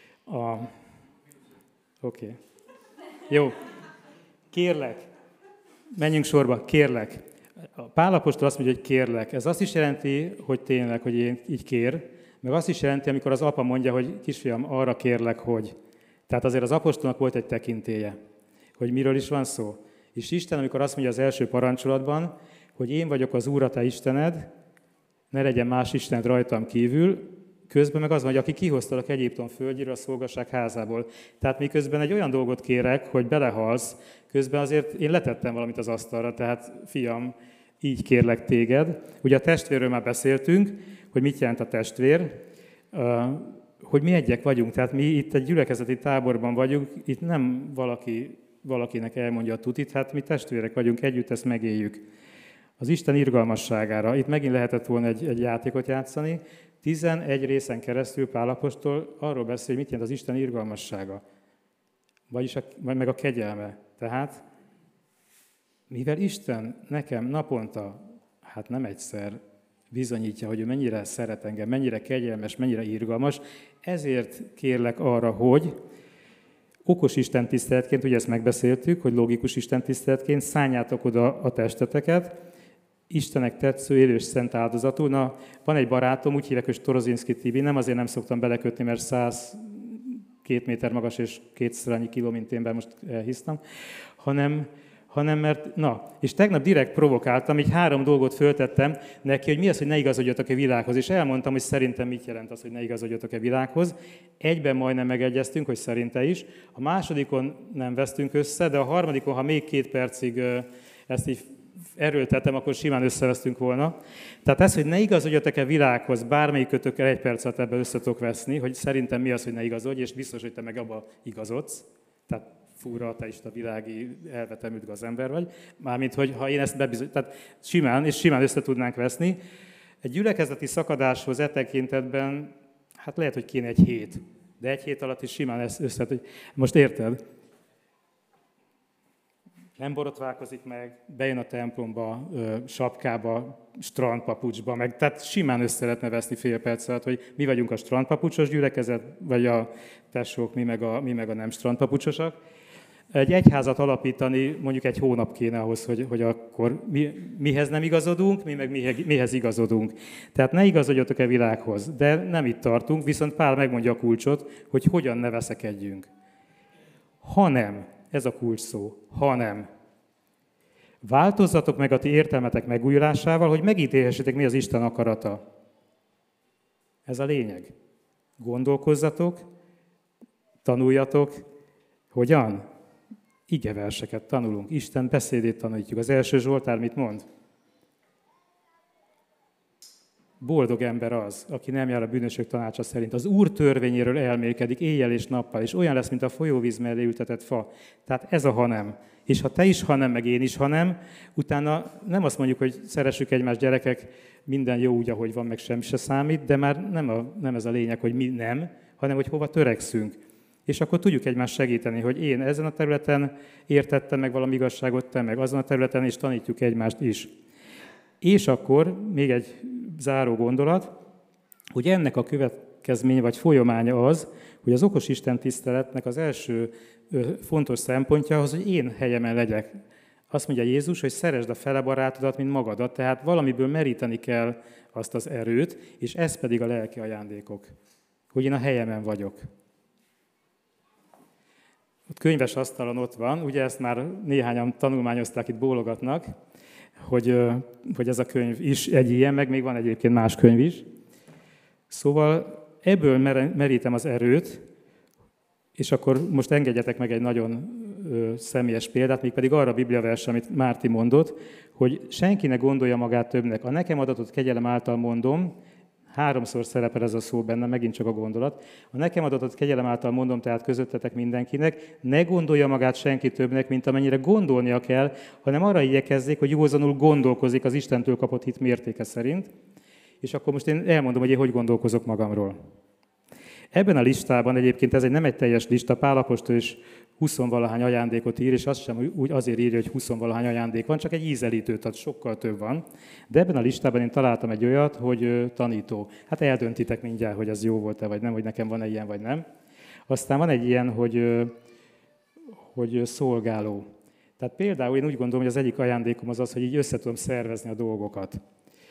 Oké. Jó. Kérlek. Menjünk sorba. Kérlek. A Pál apostol azt mondja, hogy kérlek. Ez azt is jelenti, hogy tényleg, hogy én így kér, meg azt is jelenti, amikor az apa mondja, hogy kisfiam, arra kérlek, hogy. Tehát azért az apostolnak volt egy tekintélye, hogy miről is van szó. És Isten, amikor azt mondja az első parancsolatban, hogy én vagyok az Úr, a te Istened, ne legyen más Istened rajtam kívül, közben meg az van, hogy aki kihoztalak Egyiptom földjéről, a szolgasság házából. Tehát miközben egy olyan dolgot kérek, hogy belehalsz, közben azért én letettem valamit az asztalra, tehát fiam, így kérlek téged. Ugye a testvérről már beszéltünk, hogy mit jelent a testvér, hogy mi egyek vagyunk, tehát mi itt egy gyülekezeti táborban vagyunk, itt nem valakinek elmondja a tutit, hát mi testvérek vagyunk, együtt ezt megéljük. Az Isten irgalmasságára, itt megint lehetett volna egy játékot játszani, 11 részen keresztül Pál apostol arról beszél, hogy mit jelent az Isten irgalmassága, vagyis meg a kegyelme. Tehát, mivel Isten nekem naponta, hát nem egyszer bizonyítja, hogy ő mennyire szeret engem, mennyire kegyelmes, mennyire irgalmas, ezért kérlek arra, hogy okos Isten tiszteletként, ugye ezt megbeszéltük, hogy logikus Isten tiszteletként szálljátok oda a testeteket, Istenek tetsző, élő és szent áldozatul. Na, van egy barátom, úgy hívják, hogy Storozinski Tibi, nem azért nem szoktam belekötni, mert 102 méter magas és 2-szer annyi kiló, mint én, most elhisztem, hanem mert, és tegnap direkt provokáltam, így 3 dolgot föltettem neki, hogy mi az, hogy ne igazodjatok-e világhoz, és elmondtam, hogy szerintem mit jelent az, hogy ne igazodjatok-e világhoz. Egyben majdnem megegyeztünk, hogy szerinte is. A másodikon nem vesztünk össze, de a harmadikon, ha még 2 percig ezt így erőltetem, akkor simán összevesztünk volna. Tehát ez, hogy ne igazodjatok-e világhoz, bármelyik kötökkel egy perc alatt ebbe össze tudok veszni, hogy szerintem mi az, hogy ne igazodj, és biztos, hogy te meg abba igazodsz. Tehát fúra, ateista, világi, elvetemült gazember vagy. Mármint, hogy ha én ezt tehát simán össze tudnánk veszni. Egy gyülekezeti szakadáshoz e tekintetben, hát lehet, hogy kéne egy hét. De egy hét alatt is simán össze. Most érted? Nem borotválkozik meg, bejön a templomba, sapkába, strandpapucsba, meg, tehát simán össze lehetne veszni fél perc alatt, hogy mi vagyunk a strandpapucsos gyülekezet, vagy a tesók, mi meg a nem strandpapucsosak. Egy egyházat alapítani mondjuk egy hónap kéne ahhoz, hogy akkor mihez nem igazodunk, mi meg mihez igazodunk. Tehát ne igazodjatok-e világhoz, de nem itt tartunk, viszont Pál megmondja a kulcsot, hogy hogyan ne veszekedjünk. Hanem, ez a kulcs szó, hanem. Változzatok meg a ti értelmetek megújulásával, hogy megítélhessétek, mi az Isten akarata. Ez a lényeg. Gondolkozzatok, tanuljatok. Hogyan? Igeverseket tanulunk, Isten beszédét tanítjuk. Az első Zsoltár mit mond? Boldog ember az, aki nem jár a bűnösök tanácsa szerint. Az Úr törvényéről elmélkedik éjjel és nappal, és olyan lesz, mint a folyóvíz mellé ültetett fa. Tehát ez a hanem. És ha te is hanem, meg én is hanem, utána nem azt mondjuk, hogy szeressük egymást, gyerekek, minden jó úgy, ahogy van, meg semmi se számít, de már nem ez a lényeg, hogy mi nem, hanem hogy hova törekszünk. És akkor tudjuk egymást segíteni, hogy én ezen a területen értettem meg valami igazságot, te meg azon a területen, és tanítjuk egymást is. És akkor még egy záró gondolat, hogy ennek a következménye vagy folyamánya az, hogy az okos Isten tiszteletnek az első fontos szempontja az, hogy én helyemen legyek. Azt mondja Jézus, hogy szeresd a fele barátodat, mint magadat, tehát valamiből meríteni kell azt az erőt, és ez pedig a lelki ajándékok, hogy én a helyemen vagyok. Ott könyves asztalon ott van, ugye ezt már néhányan tanulmányozták, itt bólogatnak, hogy ez a könyv is egy ilyen, meg még van egyébként más könyv is. Szóval ebből merítem az erőt, és akkor most engedjetek meg egy nagyon személyes példát, mégpedig arra a bibliavers, amit Márti mondott, hogy senki ne gondolja magát többnek. A nekem adatott kegyelem által mondom, 3-szor szerepel ez a szó benne, megint csak a gondolat. A nekem adatott kegyelem által mondom tehát közöttetek mindenkinek, ne gondolja magát senki többnek, mint amennyire gondolnia kell, hanem arra igyekezzék, hogy józanul gondolkozik az Istentől kapott hit mértéke szerint. És akkor most én elmondom, hogy én hogy gondolkozok magamról. Ebben a listában egyébként ez nem egy teljes lista, Pál apostol is 20-valahány ajándékot ír, és azt sem úgy azért írja, hogy 20-valahány ajándék van, csak egy ízelítő, tehát sokkal több van. De ebben a listában én találtam egy olyat, hogy tanító. Hát eldöntitek mindjárt, hogy ez jó volt-e, vagy nem, hogy nekem van-e ilyen, vagy nem. Aztán van egy ilyen, hogy szolgáló. Tehát például én úgy gondolom, hogy az egyik ajándékom az az, hogy így össze tudom szervezni a dolgokat.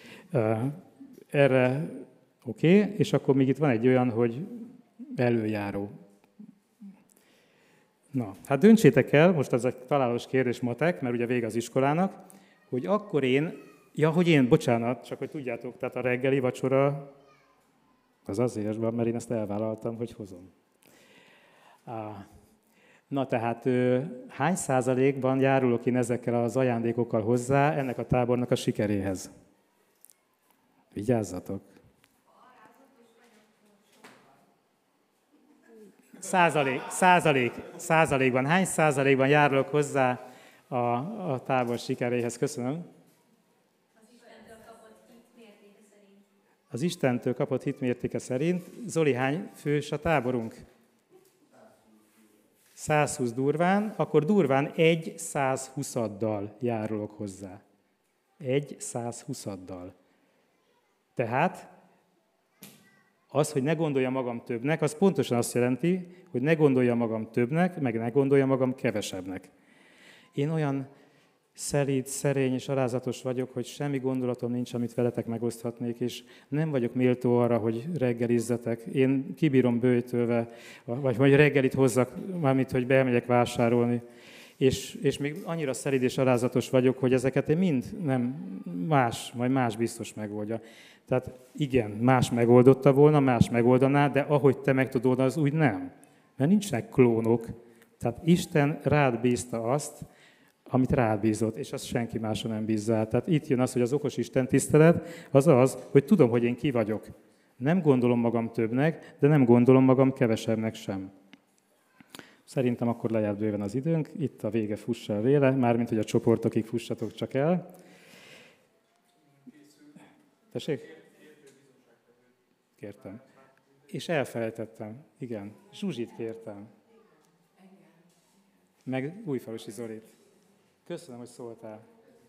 Erre oké, és akkor még itt van egy olyan, hogy előjáró. Na, hát döntsétek el, most ez egy találós kérdés matek, mert ugye vége az iskolának, hogy akkor bocsánat, csak hogy tudjátok, tehát a reggeli vacsora az azért van, mert én ezt elvállaltam, hogy hozom. Na tehát hány százalékban járulok én ezekkel az ajándékokkal hozzá ennek a tábornak a sikeréhez? Vigyázzatok! Százalékban. Hány százalékban járulok hozzá a tábor sikeréhez? Köszönöm. Az Istentől kapott hit mértéke szerint. Zoli, hány fős a táborunk? 120 durván, akkor durván 1/120 járulok hozzá. 1/120. Tehát az, hogy ne gondolja magam többnek, az pontosan azt jelenti, hogy ne gondolja magam többnek, meg ne gondolja magam kevesebbnek. Én olyan szelíd, szerény és alázatos vagyok, hogy semmi gondolatom nincs, amit veletek megoszthatnék, és nem vagyok méltó arra, hogy reggelizzetek. Én kibírom böjtölve, vagy reggelit hozzak, mármint, hogy bemegyek vásárolni. És még annyira szelíd és alázatos vagyok, hogy ezeket én mind nem majd más biztos megoldja. Tehát igen, más megoldotta volna, más megoldaná, de ahogy te meg tudod oldani, az úgy nem. Mert nincsenek klónok. Tehát Isten rád bízta azt, amit rád bízott, és azt senki másra nem bízza át. Tehát itt jön az, hogy az okos Isten tisztelet az az, hogy tudom, hogy én ki vagyok. Nem gondolom magam többnek, de nem gondolom magam kevesebbnek sem. Szerintem akkor lejárt bőven az időnk, itt a vége, fuss el véle, mármint, hogy a csoportokig fussatok csak el. Tessék? Kértem. És elfelejtettem, igen. Zsuzsit kértem. Meg Újfalusi Zolit. Köszönöm, hogy szóltál.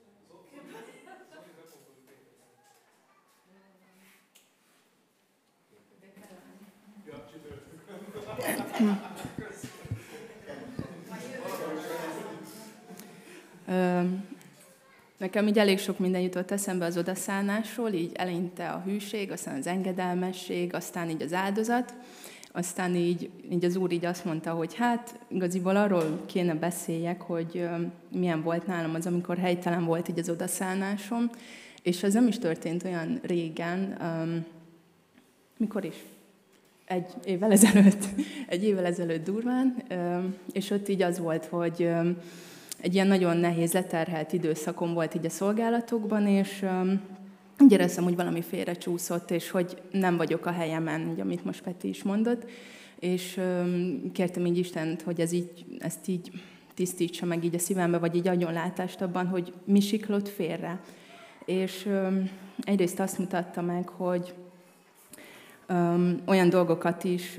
Nekem így elég sok minden jutott eszembe az odaszállásról, így eleinte a hűség, aztán az engedelmesség, aztán így az áldozat, aztán így az Úr így azt mondta, hogy hát igaziból arról kéne beszéljek, hogy milyen volt nálam az, amikor helytelen volt így az odaszállnásom, és ez nem is történt olyan régen, mikor is? Egy évvel ezelőtt durván, és ott így az volt, hogy egy ilyen nagyon nehéz, leterhelt időszakom volt így a szolgálatokban, és úgy éreztem, hogy valami félrecsúszott, és hogy nem vagyok a helyemen, így, amit most Peti is mondott, és kértem így Istent, hogy ezt így tisztítsa meg így a szívembe, vagy így adjon látást abban, hogy mi siklott félre. És egyrészt azt mutatta meg, hogy olyan dolgokat is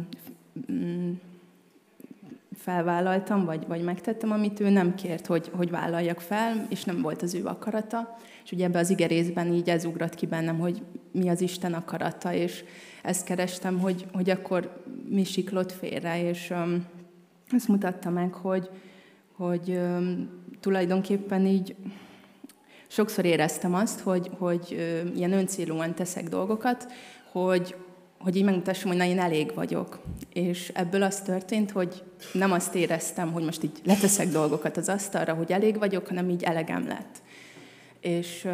felvállaltam, vagy megtettem, amit ő nem kért, hogy vállaljak fel, és nem volt az ő akarata. És ugye ebbe az igerészben így ez ugrott ki bennem, hogy mi az Isten akarata, és ezt kerestem, hogy akkor mi siklott félre, és ezt mutatta meg, hogy tulajdonképpen így sokszor éreztem azt, hogy ilyen öncélúan teszek dolgokat, hogy így megmutassam, hogy na, én elég vagyok. És ebből az történt, hogy nem azt éreztem, hogy most így leteszek dolgokat az asztalra, hogy elég vagyok, hanem így elegem lett. És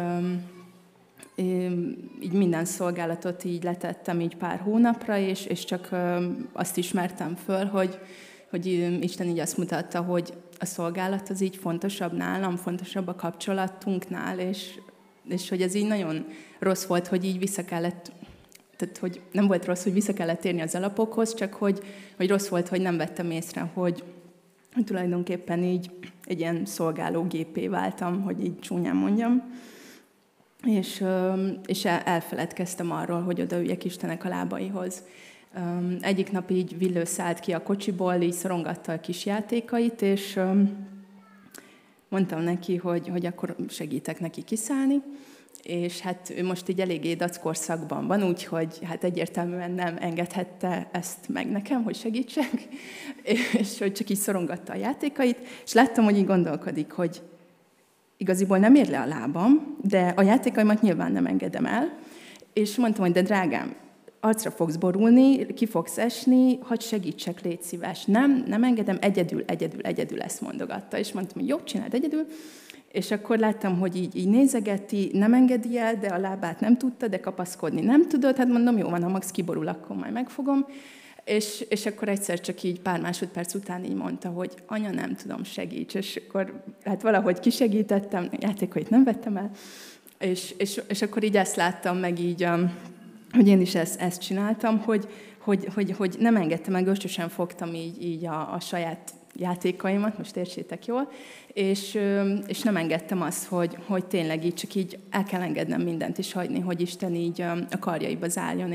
így minden szolgálatot így letettem így pár hónapra, és csak azt ismertem föl, hogy Isten így azt mutatta, hogy a szolgálat az így fontosabb nálam, fontosabb a kapcsolatunknál, és hogy ez így nagyon rossz volt, hogy így vissza kellett. Tehát, hogy nem volt rossz, hogy vissza kellett térni az alapokhoz, csak hogy rossz volt, hogy nem vettem észre, hogy tulajdonképpen így egy ilyen szolgálógépé váltam, hogy így csúnyán mondjam. És elfeledkeztem arról, hogy odaüljek Istennek a lábaihoz. Egyik nap így Villő szállt ki a kocsiból, így szorongatta a kis játékait, és mondtam neki, hogy akkor segítek neki kiszállni. És hát ő most így eléggé dackorszakban van, úgyhogy hát egyértelműen nem engedhette ezt meg nekem, hogy segítsek, és hogy csak így szorongatta a játékait, és láttam, hogy így gondolkodik, hogy igaziból nem ér le a lábam, de a játékaimat nyilván nem engedem el, és mondtam, hogy de drágám, arcra fogsz borulni, ki fogsz esni, hadd segítsek, légy szíves. Nem engedem, egyedül ezt mondogatta, és mondtam, hogy jó, csináld egyedül. És akkor láttam, hogy így nézegeti, nem engedi el, de a lábát nem tudta, de kapaszkodni nem tudott. Hát mondom, jó van, ha max kiborul, akkor majd megfogom. És akkor egyszer csak így pár másodperc után így mondta, hogy anya, nem tudom, segíts. És akkor hát valahogy kisegítettem, játékait nem vettem el. És akkor így ezt láttam meg így, hogy én is ezt csináltam, hogy nem engedtem meg, sosem fogtam így a saját játékaimat, most értsétek jól, és nem engedtem azt, hogy tényleg így csak így el kell engednem mindent is hagyni, hogy Isten így a karjaiba zárjon,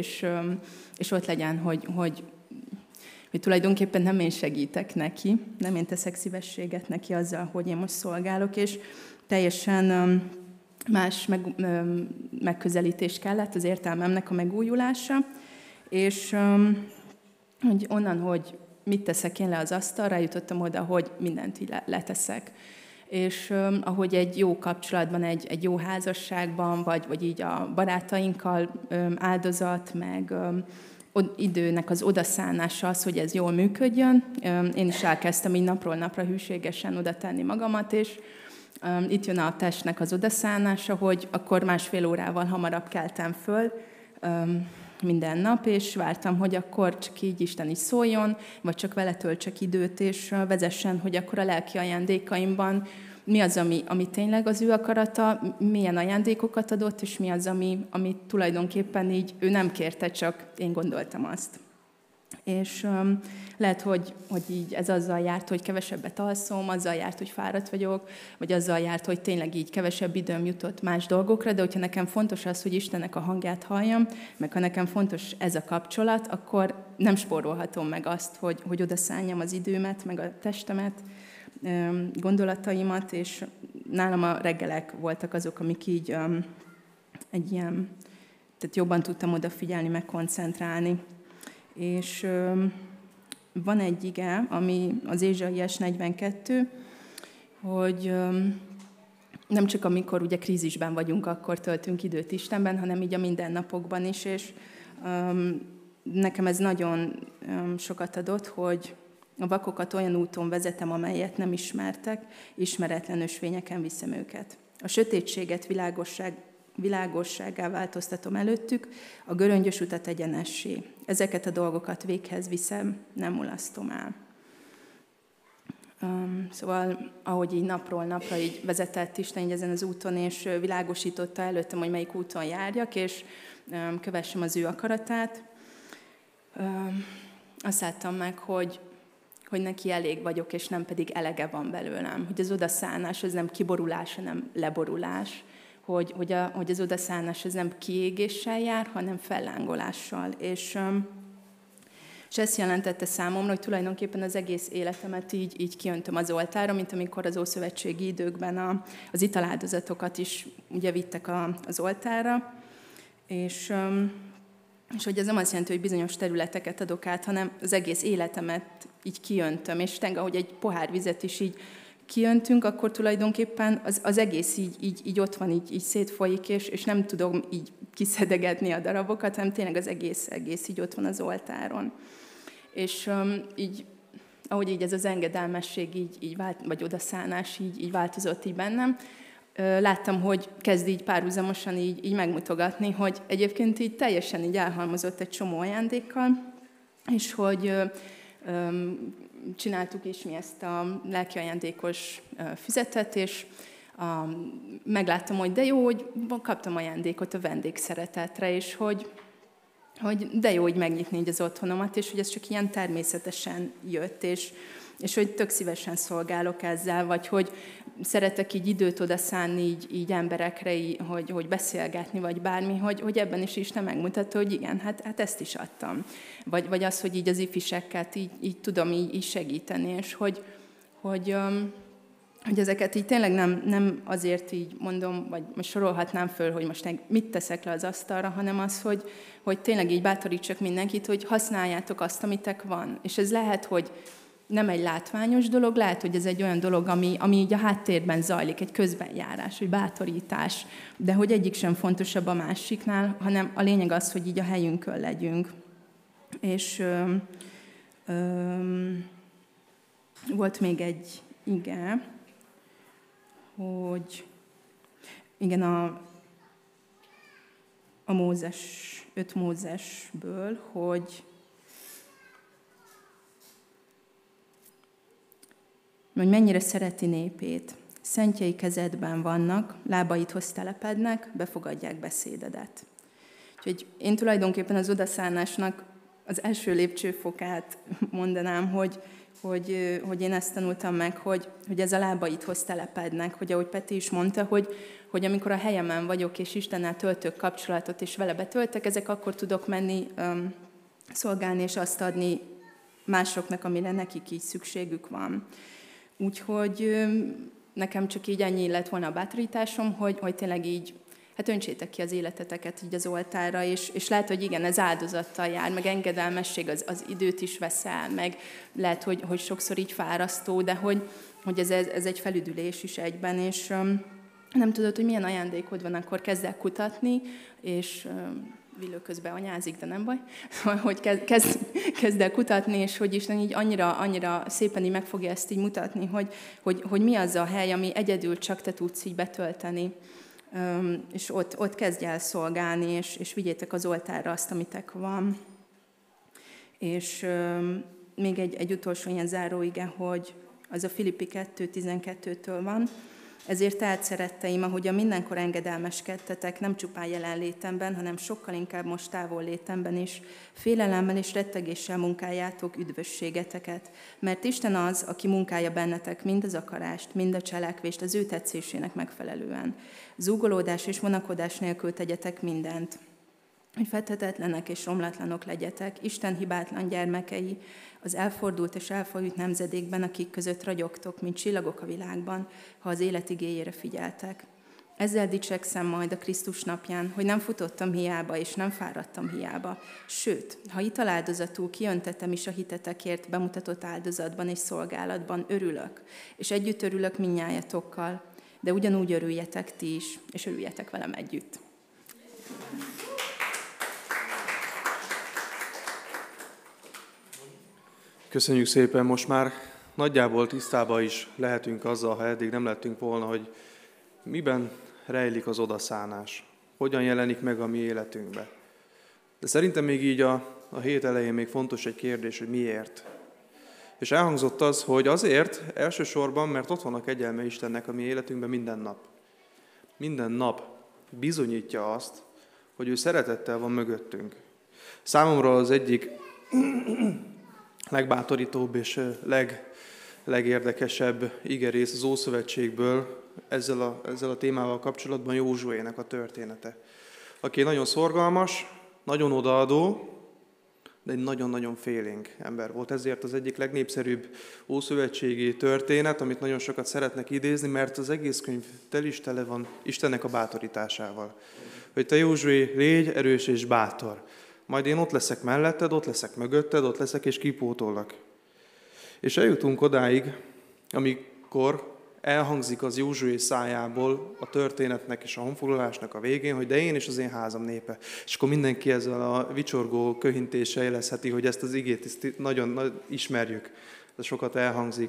és ott legyen, hogy tulajdonképpen nem én segítek neki, nem én teszek szívességet neki azzal, hogy én most szolgálok, és teljesen más megközelítés kellett az értelmemnek a megújulása, és hogy onnan, hogy mit teszek én le az asztalra, jutottam oda, hogy mindent így leteszek. És ahogy egy jó kapcsolatban, egy jó házasságban, vagy így a barátainkkal áldozat, meg időnek az odaszánása az, hogy ez jól működjön. Én is elkezdtem így napról napra hűségesen oda tenni magamat, és itt jön a testnek az odaszánása, hogy akkor 1,5 órával hamarabb keltem föl, minden nap, és vártam, hogy akkor csak így Isten is szóljon, vagy csak vele töltsek időt, és vezessen, hogy akkor a lelki ajándékaimban mi az, ami tényleg az ő akarata, milyen ajándékokat adott, és mi az, ami tulajdonképpen így ő nem kérte, csak én gondoltam azt. És lehet, hogy így ez azzal járt, hogy kevesebbet alszom, azzal járt, hogy fáradt vagyok, vagy azzal járt, hogy tényleg így kevesebb időm jutott más dolgokra, de hogyha nekem fontos az, hogy Istennek a hangját halljam, meg ha nekem fontos ez a kapcsolat, akkor nem spórolhatom meg azt, hogy odaszálljam az időmet, meg a testemet, gondolataimat, és nálam a reggelek voltak azok, amik így egy ilyen, tehát jobban tudtam odafigyelni, meg koncentrálni. És van egy ige, ami az Ézsaiás 42, hogy nem csak amikor ugye krízisben vagyunk, akkor töltünk időt Istenben, hanem így a mindennapokban is, és nekem ez nagyon sokat adott, hogy a vakokat olyan úton vezetem, amelyet nem ismertek, ismeretlen ösvényeken viszem őket. A sötétséget világossággá változtatom előttük, a göröngyös utat egyenessé. Ezeket a dolgokat véghez viszem, nem mulasztom el. Szóval, ahogy így napról napra így vezetett Isten így ezen az úton, és világosította előttem, hogy melyik úton járjak, és kövessem az ő akaratát, azt láttam meg, hogy neki elég vagyok, és nem pedig elege van belőlem. Hogy az odaszállás, az nem kiborulás, hanem leborulás. Hogy az odaszállás az nem kiégéssel jár, hanem fellángolással. És ezt jelentette számomra, hogy tulajdonképpen az egész életemet így kiöntöm az oltára, mint amikor az ószövetségi időkben az italáldozatokat is ugye vittek az oltára. És hogy ez nem azt jelenti, hogy bizonyos területeket adok át, hanem az egész életemet így kiöntöm. És tényleg, ahogy egy pohár vizet is így kiöntünk, akkor tulajdonképpen az egész így ott van, így szétfolyik, és nem tudom így kiszedegetni a darabokat, hanem tényleg az egész így ott van az oltáron. És így, ahogy így ez az engedelmesség így vagy odaszállás így változott így bennem, láttam, hogy kezd így párhuzamosan így megmutogatni, hogy egyébként így teljesen így elhalmozott egy csomó ajándékkal, és hogy csináltuk is mi ezt a lelki ajándékos füzetet, és megláttam, hogy de jó, hogy kaptam ajándékot a vendégszeretetre, és hogy de jó, hogy megnyitni így az otthonomat, és hogy ez csak ilyen természetesen jött, és hogy tök szívesen szolgálok ezzel, vagy hogy szeretek így időt odaszánni így emberekre, hogy beszélgetni, vagy bármi, hogy ebben is Isten megmutatta, hogy igen, hát ezt is adtam. Vagy az, hogy így az ifiseket így tudom így segíteni, és hogy ezeket így tényleg nem azért így mondom, vagy most sorolhatnám föl, hogy most mit teszek le az asztalra, hanem az, hogy tényleg így bátorítsak mindenkit, hogy használjátok azt, amitek van. És ez lehet, hogy nem egy látványos dolog, lehet, hogy ez egy olyan dolog, ami így a háttérben zajlik, egy közbenjárás, vagy bátorítás, de hogy egyik sem fontosabb a másiknál, hanem a lényeg az, hogy így a helyünkön legyünk. És volt még egy ige, hogy igen, a Mózes, 5 Mózesből, hogy mennyire szereti népét. Szentjei kezedben vannak, lábaidhoz telepednek, befogadják beszédedet. Úgyhogy én tulajdonképpen az odaszállásnak az első lépcsőfokát mondanám, hogy én ezt tanultam meg, hogy ez a lábaidhoz telepednek, hogy ahogy Peti is mondta, hogy amikor a helyemen vagyok, és Istennel töltök kapcsolatot, és vele betöltek, ezek akkor tudok menni, szolgálni, és azt adni másoknak, amire nekik így szükségük van. Úgyhogy nekem csak így ennyi lett volna a bátorításom, hogy tényleg így, hát öntsétek ki az életeteket így az oltárra, és lehet, hogy igen, ez áldozattal jár, meg engedelmesség, az időt is veszel, meg lehet, hogy sokszor így fárasztó, de hogy ez egy felüdülés is egyben, és nem tudod, hogy milyen ajándékod van, akkor kezd el kutatni, és Villő közben anyázik, de nem baj, hogy kezd el kutatni, és hogy Isten így annyira szépen így meg fogja ezt így mutatni, hogy mi az a hely, ami egyedül csak te tudsz így betölteni. és ott kezdj el szolgálni, és vigyétek az oltárra azt, amitek van. És még egy utolsó ilyen záróige, hogy az a Filippi 2.12-től van. Ezért tehát, szeretteim, ahogyan mindenkor engedelmeskedtetek, nem csupán jelenlétemben, hanem sokkal inkább most távollétemben is, félelemmel és rettegéssel munkáljátok üdvösségeteket. Mert Isten az, aki munkálja bennetek mind az akarást, mind a cselekvést az ő tetszésének megfelelően. Zúgolódás és vonakodás nélkül tegyetek mindent, hogy fethetetlenek és romlatlanok legyetek, Isten hibátlan gyermekei, az elfordult és elfajult nemzedékben, akik között ragyogtok, mint csillagok a világban, ha az élet igéjére figyeltek. Ezzel dicsekszem majd a Krisztus napján, hogy nem futottam hiába, és nem fáradtam hiába. Sőt, ha italáldozatul kiöntettem is a hitetekért bemutatott áldozatban és szolgálatban, örülök, és együtt örülök mindnyájatokkal, de ugyanúgy örüljetek ti is, és örüljetek velem együtt. Köszönjük szépen, most már nagyjából tisztában is lehetünk azzal, ha eddig nem lettünk volna, hogy miben rejlik az odaszánás, hogyan jelenik meg a mi életünkbe. De szerintem még így a hét elején még fontos egy kérdés, hogy miért. És elhangzott az, hogy azért elsősorban, mert ott van a kegyelme Istennek a mi életünkben minden nap. Minden nap bizonyítja azt, hogy ő szeretettel van mögöttünk. Számomra az egyik legbátorítóbb és legérdekesebb igerész az Ószövetségből ezzel a témával kapcsolatban Józsuének a története. Aki nagyon szorgalmas, nagyon odaadó, de egy nagyon-nagyon félénk ember volt. Ezért az egyik legnépszerűbb ószövetségi történet, amit nagyon sokat szeretnek idézni, mert az egész könyv tele van Istennek a bátorításával. Hogy te, Józsué, légy erős és bátor. Majd én ott leszek melletted, ott leszek mögötted, ott leszek és kipótollak. És eljutunk odáig, amikor elhangzik az Józsué szájából a történetnek és a honfoglalásnak a végén, hogy de én és az én házam népe. És akkor mindenki ezzel a vicsorgó köhintéssel jelezheti, hogy ezt az igét nagyon ismerjük. Ez sokat elhangzik.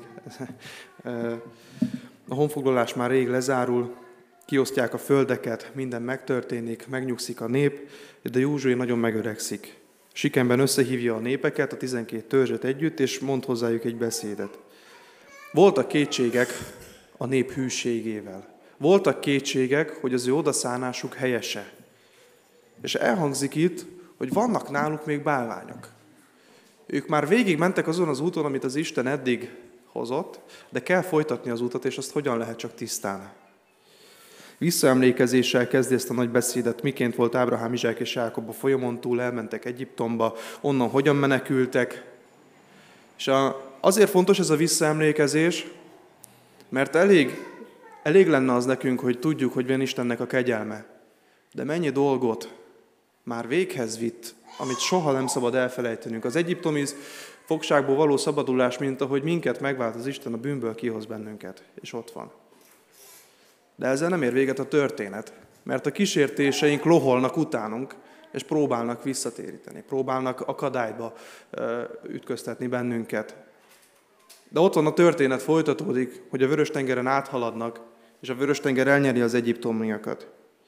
A honfoglalás már rég lezárul, kiosztják a földeket, minden megtörténik, megnyugszik a nép, de Józsué nagyon megöregszik. Sikemben összehívja a népeket, a 12 törzset együtt, és mond hozzájuk egy beszédet. Voltak kétségek a nép hűségével. Voltak kétségek, hogy az ő odaszánásuk helyese. És elhangzik itt, hogy vannak náluk még bálványok. Ők már végig mentek azon az úton, amit az Isten eddig hozott, de kell folytatni az utat, és azt hogyan lehet csak tisztán. Visszaemlékezéssel kezdi ezt a nagy beszédet, miként volt Ábrahám, Izsák és Jákob a folyamon túl, elmentek Egyiptomba, onnan hogyan menekültek. És azért fontos ez a visszaemlékezés, mert elég lenne az nekünk, hogy tudjuk, hogy van Istennek a kegyelme. De mennyi dolgot már véghez vitt, amit soha nem szabad elfelejtenünk. Az egyiptomi fogságból való szabadulás, mint ahogy minket megvált az Isten, a bűnből kihoz bennünket, és ott van. De ezzel nem ér véget a történet, mert a kísértéseink loholnak utánunk, és próbálnak visszatéríteni, próbálnak akadályba ütköztetni bennünket. De ott van a történet, folytatódik, hogy a Vörös-tengeren áthaladnak, és a Vörös-tenger elnyeri az egyiptomiakat.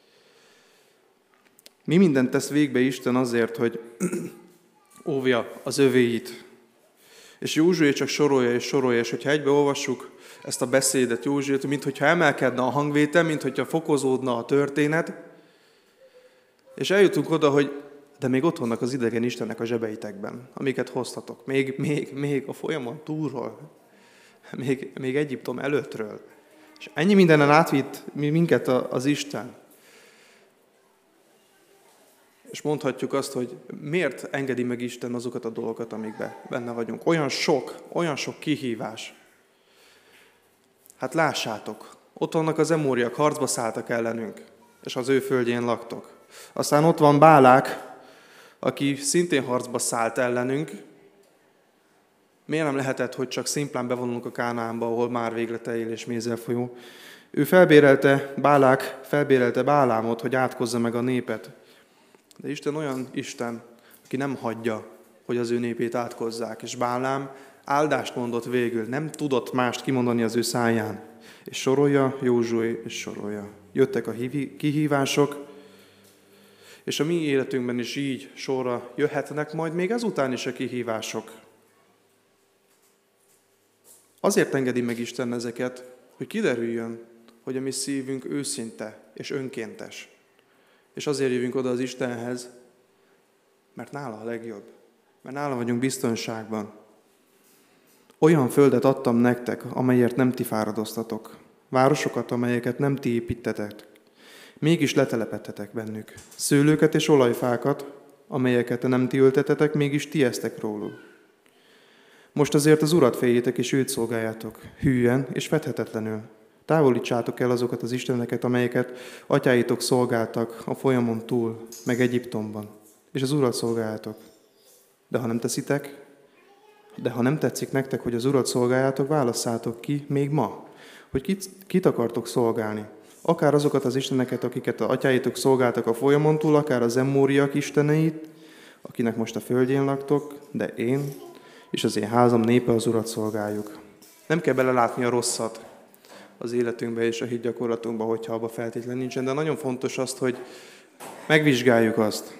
Mi mindent tesz végbe Isten azért, hogy óvja az övéit. És Józsué csak sorolja, és hogyha egybeolvassuk ezt a beszédet Józsuét, minthogyha emelkedne a hangvétel, minthogyha fokozódna a történet, és eljutunk oda, hogy de még ott vannak az idegen Istennek a zsebeitekben, amiket hoztatok. Még a folyamat túlról, még Egyiptom előttről. És ennyi mindenen átvitt minket az Isten. És mondhatjuk azt, hogy miért engedi meg Isten azokat a dolgokat, amikben benne vagyunk. Olyan sok kihívás. Hát lássátok, ott vannak az emóriak, harcba szálltak ellenünk, és az ő földjén laktok. Aztán ott van Bálák, aki szintén harcba szállt ellenünk. Miért nem lehetett, hogy csak szimplán bevonulunk a Kánaánba, ahol már véglete él és mézzel folyó? Bálák felbérelte Bálámot, hogy átkozza meg a népet. De Isten olyan Isten, aki nem hagyja, hogy az ő népét átkozzák. És Bálám áldást mondott végül, nem tudott mást kimondani az ő száján. És sorolja Józsué, és sorolja jöttek a kihívások, és a mi életünkben is így sorra jöhetnek majd még ezután is a kihívások. Azért engedi meg Isten ezeket, hogy kiderüljön, hogy a mi szívünk őszinte és önkéntes. És azért jövünk oda az Istenhez, mert nála a legjobb. Mert nála vagyunk biztonságban. Olyan földet adtam nektek, amelyért nem ti fáradoztatok. Városokat, amelyeket nem ti építetek. Mégis letelepedtetek bennük. Szőlőket és olajfákat, amelyeket nem ti ültetetek, mégis ti esztek róluk. Most azért az Urat féljétek és őt szolgáljátok, hűen és fedhetetlenül. Távolítsátok el azokat az isteneket, amelyeket atyáitok szolgáltak a folyamon túl, meg Egyiptomban, és az Urat szolgáljátok. De ha nem tetszik nektek, hogy az Urat szolgáljátok, válasszátok ki még ma, hogy kit akartok szolgálni. Akár azokat az isteneket, akiket az atyáitok szolgáltak a folyamon túl, akár az emmóriak isteneit, akinek most a földjén laktok, de én és az én házam népe az Urat szolgáljuk. Nem kell belelátni a rosszat az életünkbe és a hitgyakorlatunkba, hogyha abba feltétlen nincsen, de nagyon fontos azt, hogy megvizsgáljuk azt.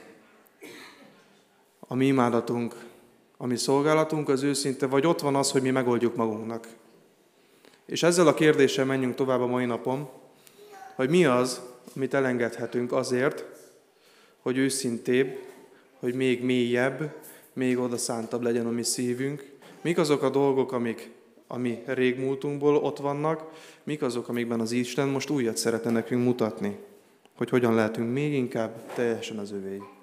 A mi imádatunk, a mi szolgálatunk az őszinte, vagy ott van az, hogy mi megoldjuk magunknak. És ezzel a kérdéssel menjünk tovább a mai napon, hogy mi az, amit elengedhetünk azért, hogy őszintébb, hogy még mélyebb, még odaszántabb legyen a mi szívünk. Mik azok a dolgok, amik a mi régmúltunkból ott vannak, mik azok, amikben az Isten most újat szeretne nekünk mutatni, hogy hogyan lehetünk még inkább teljesen az övéi.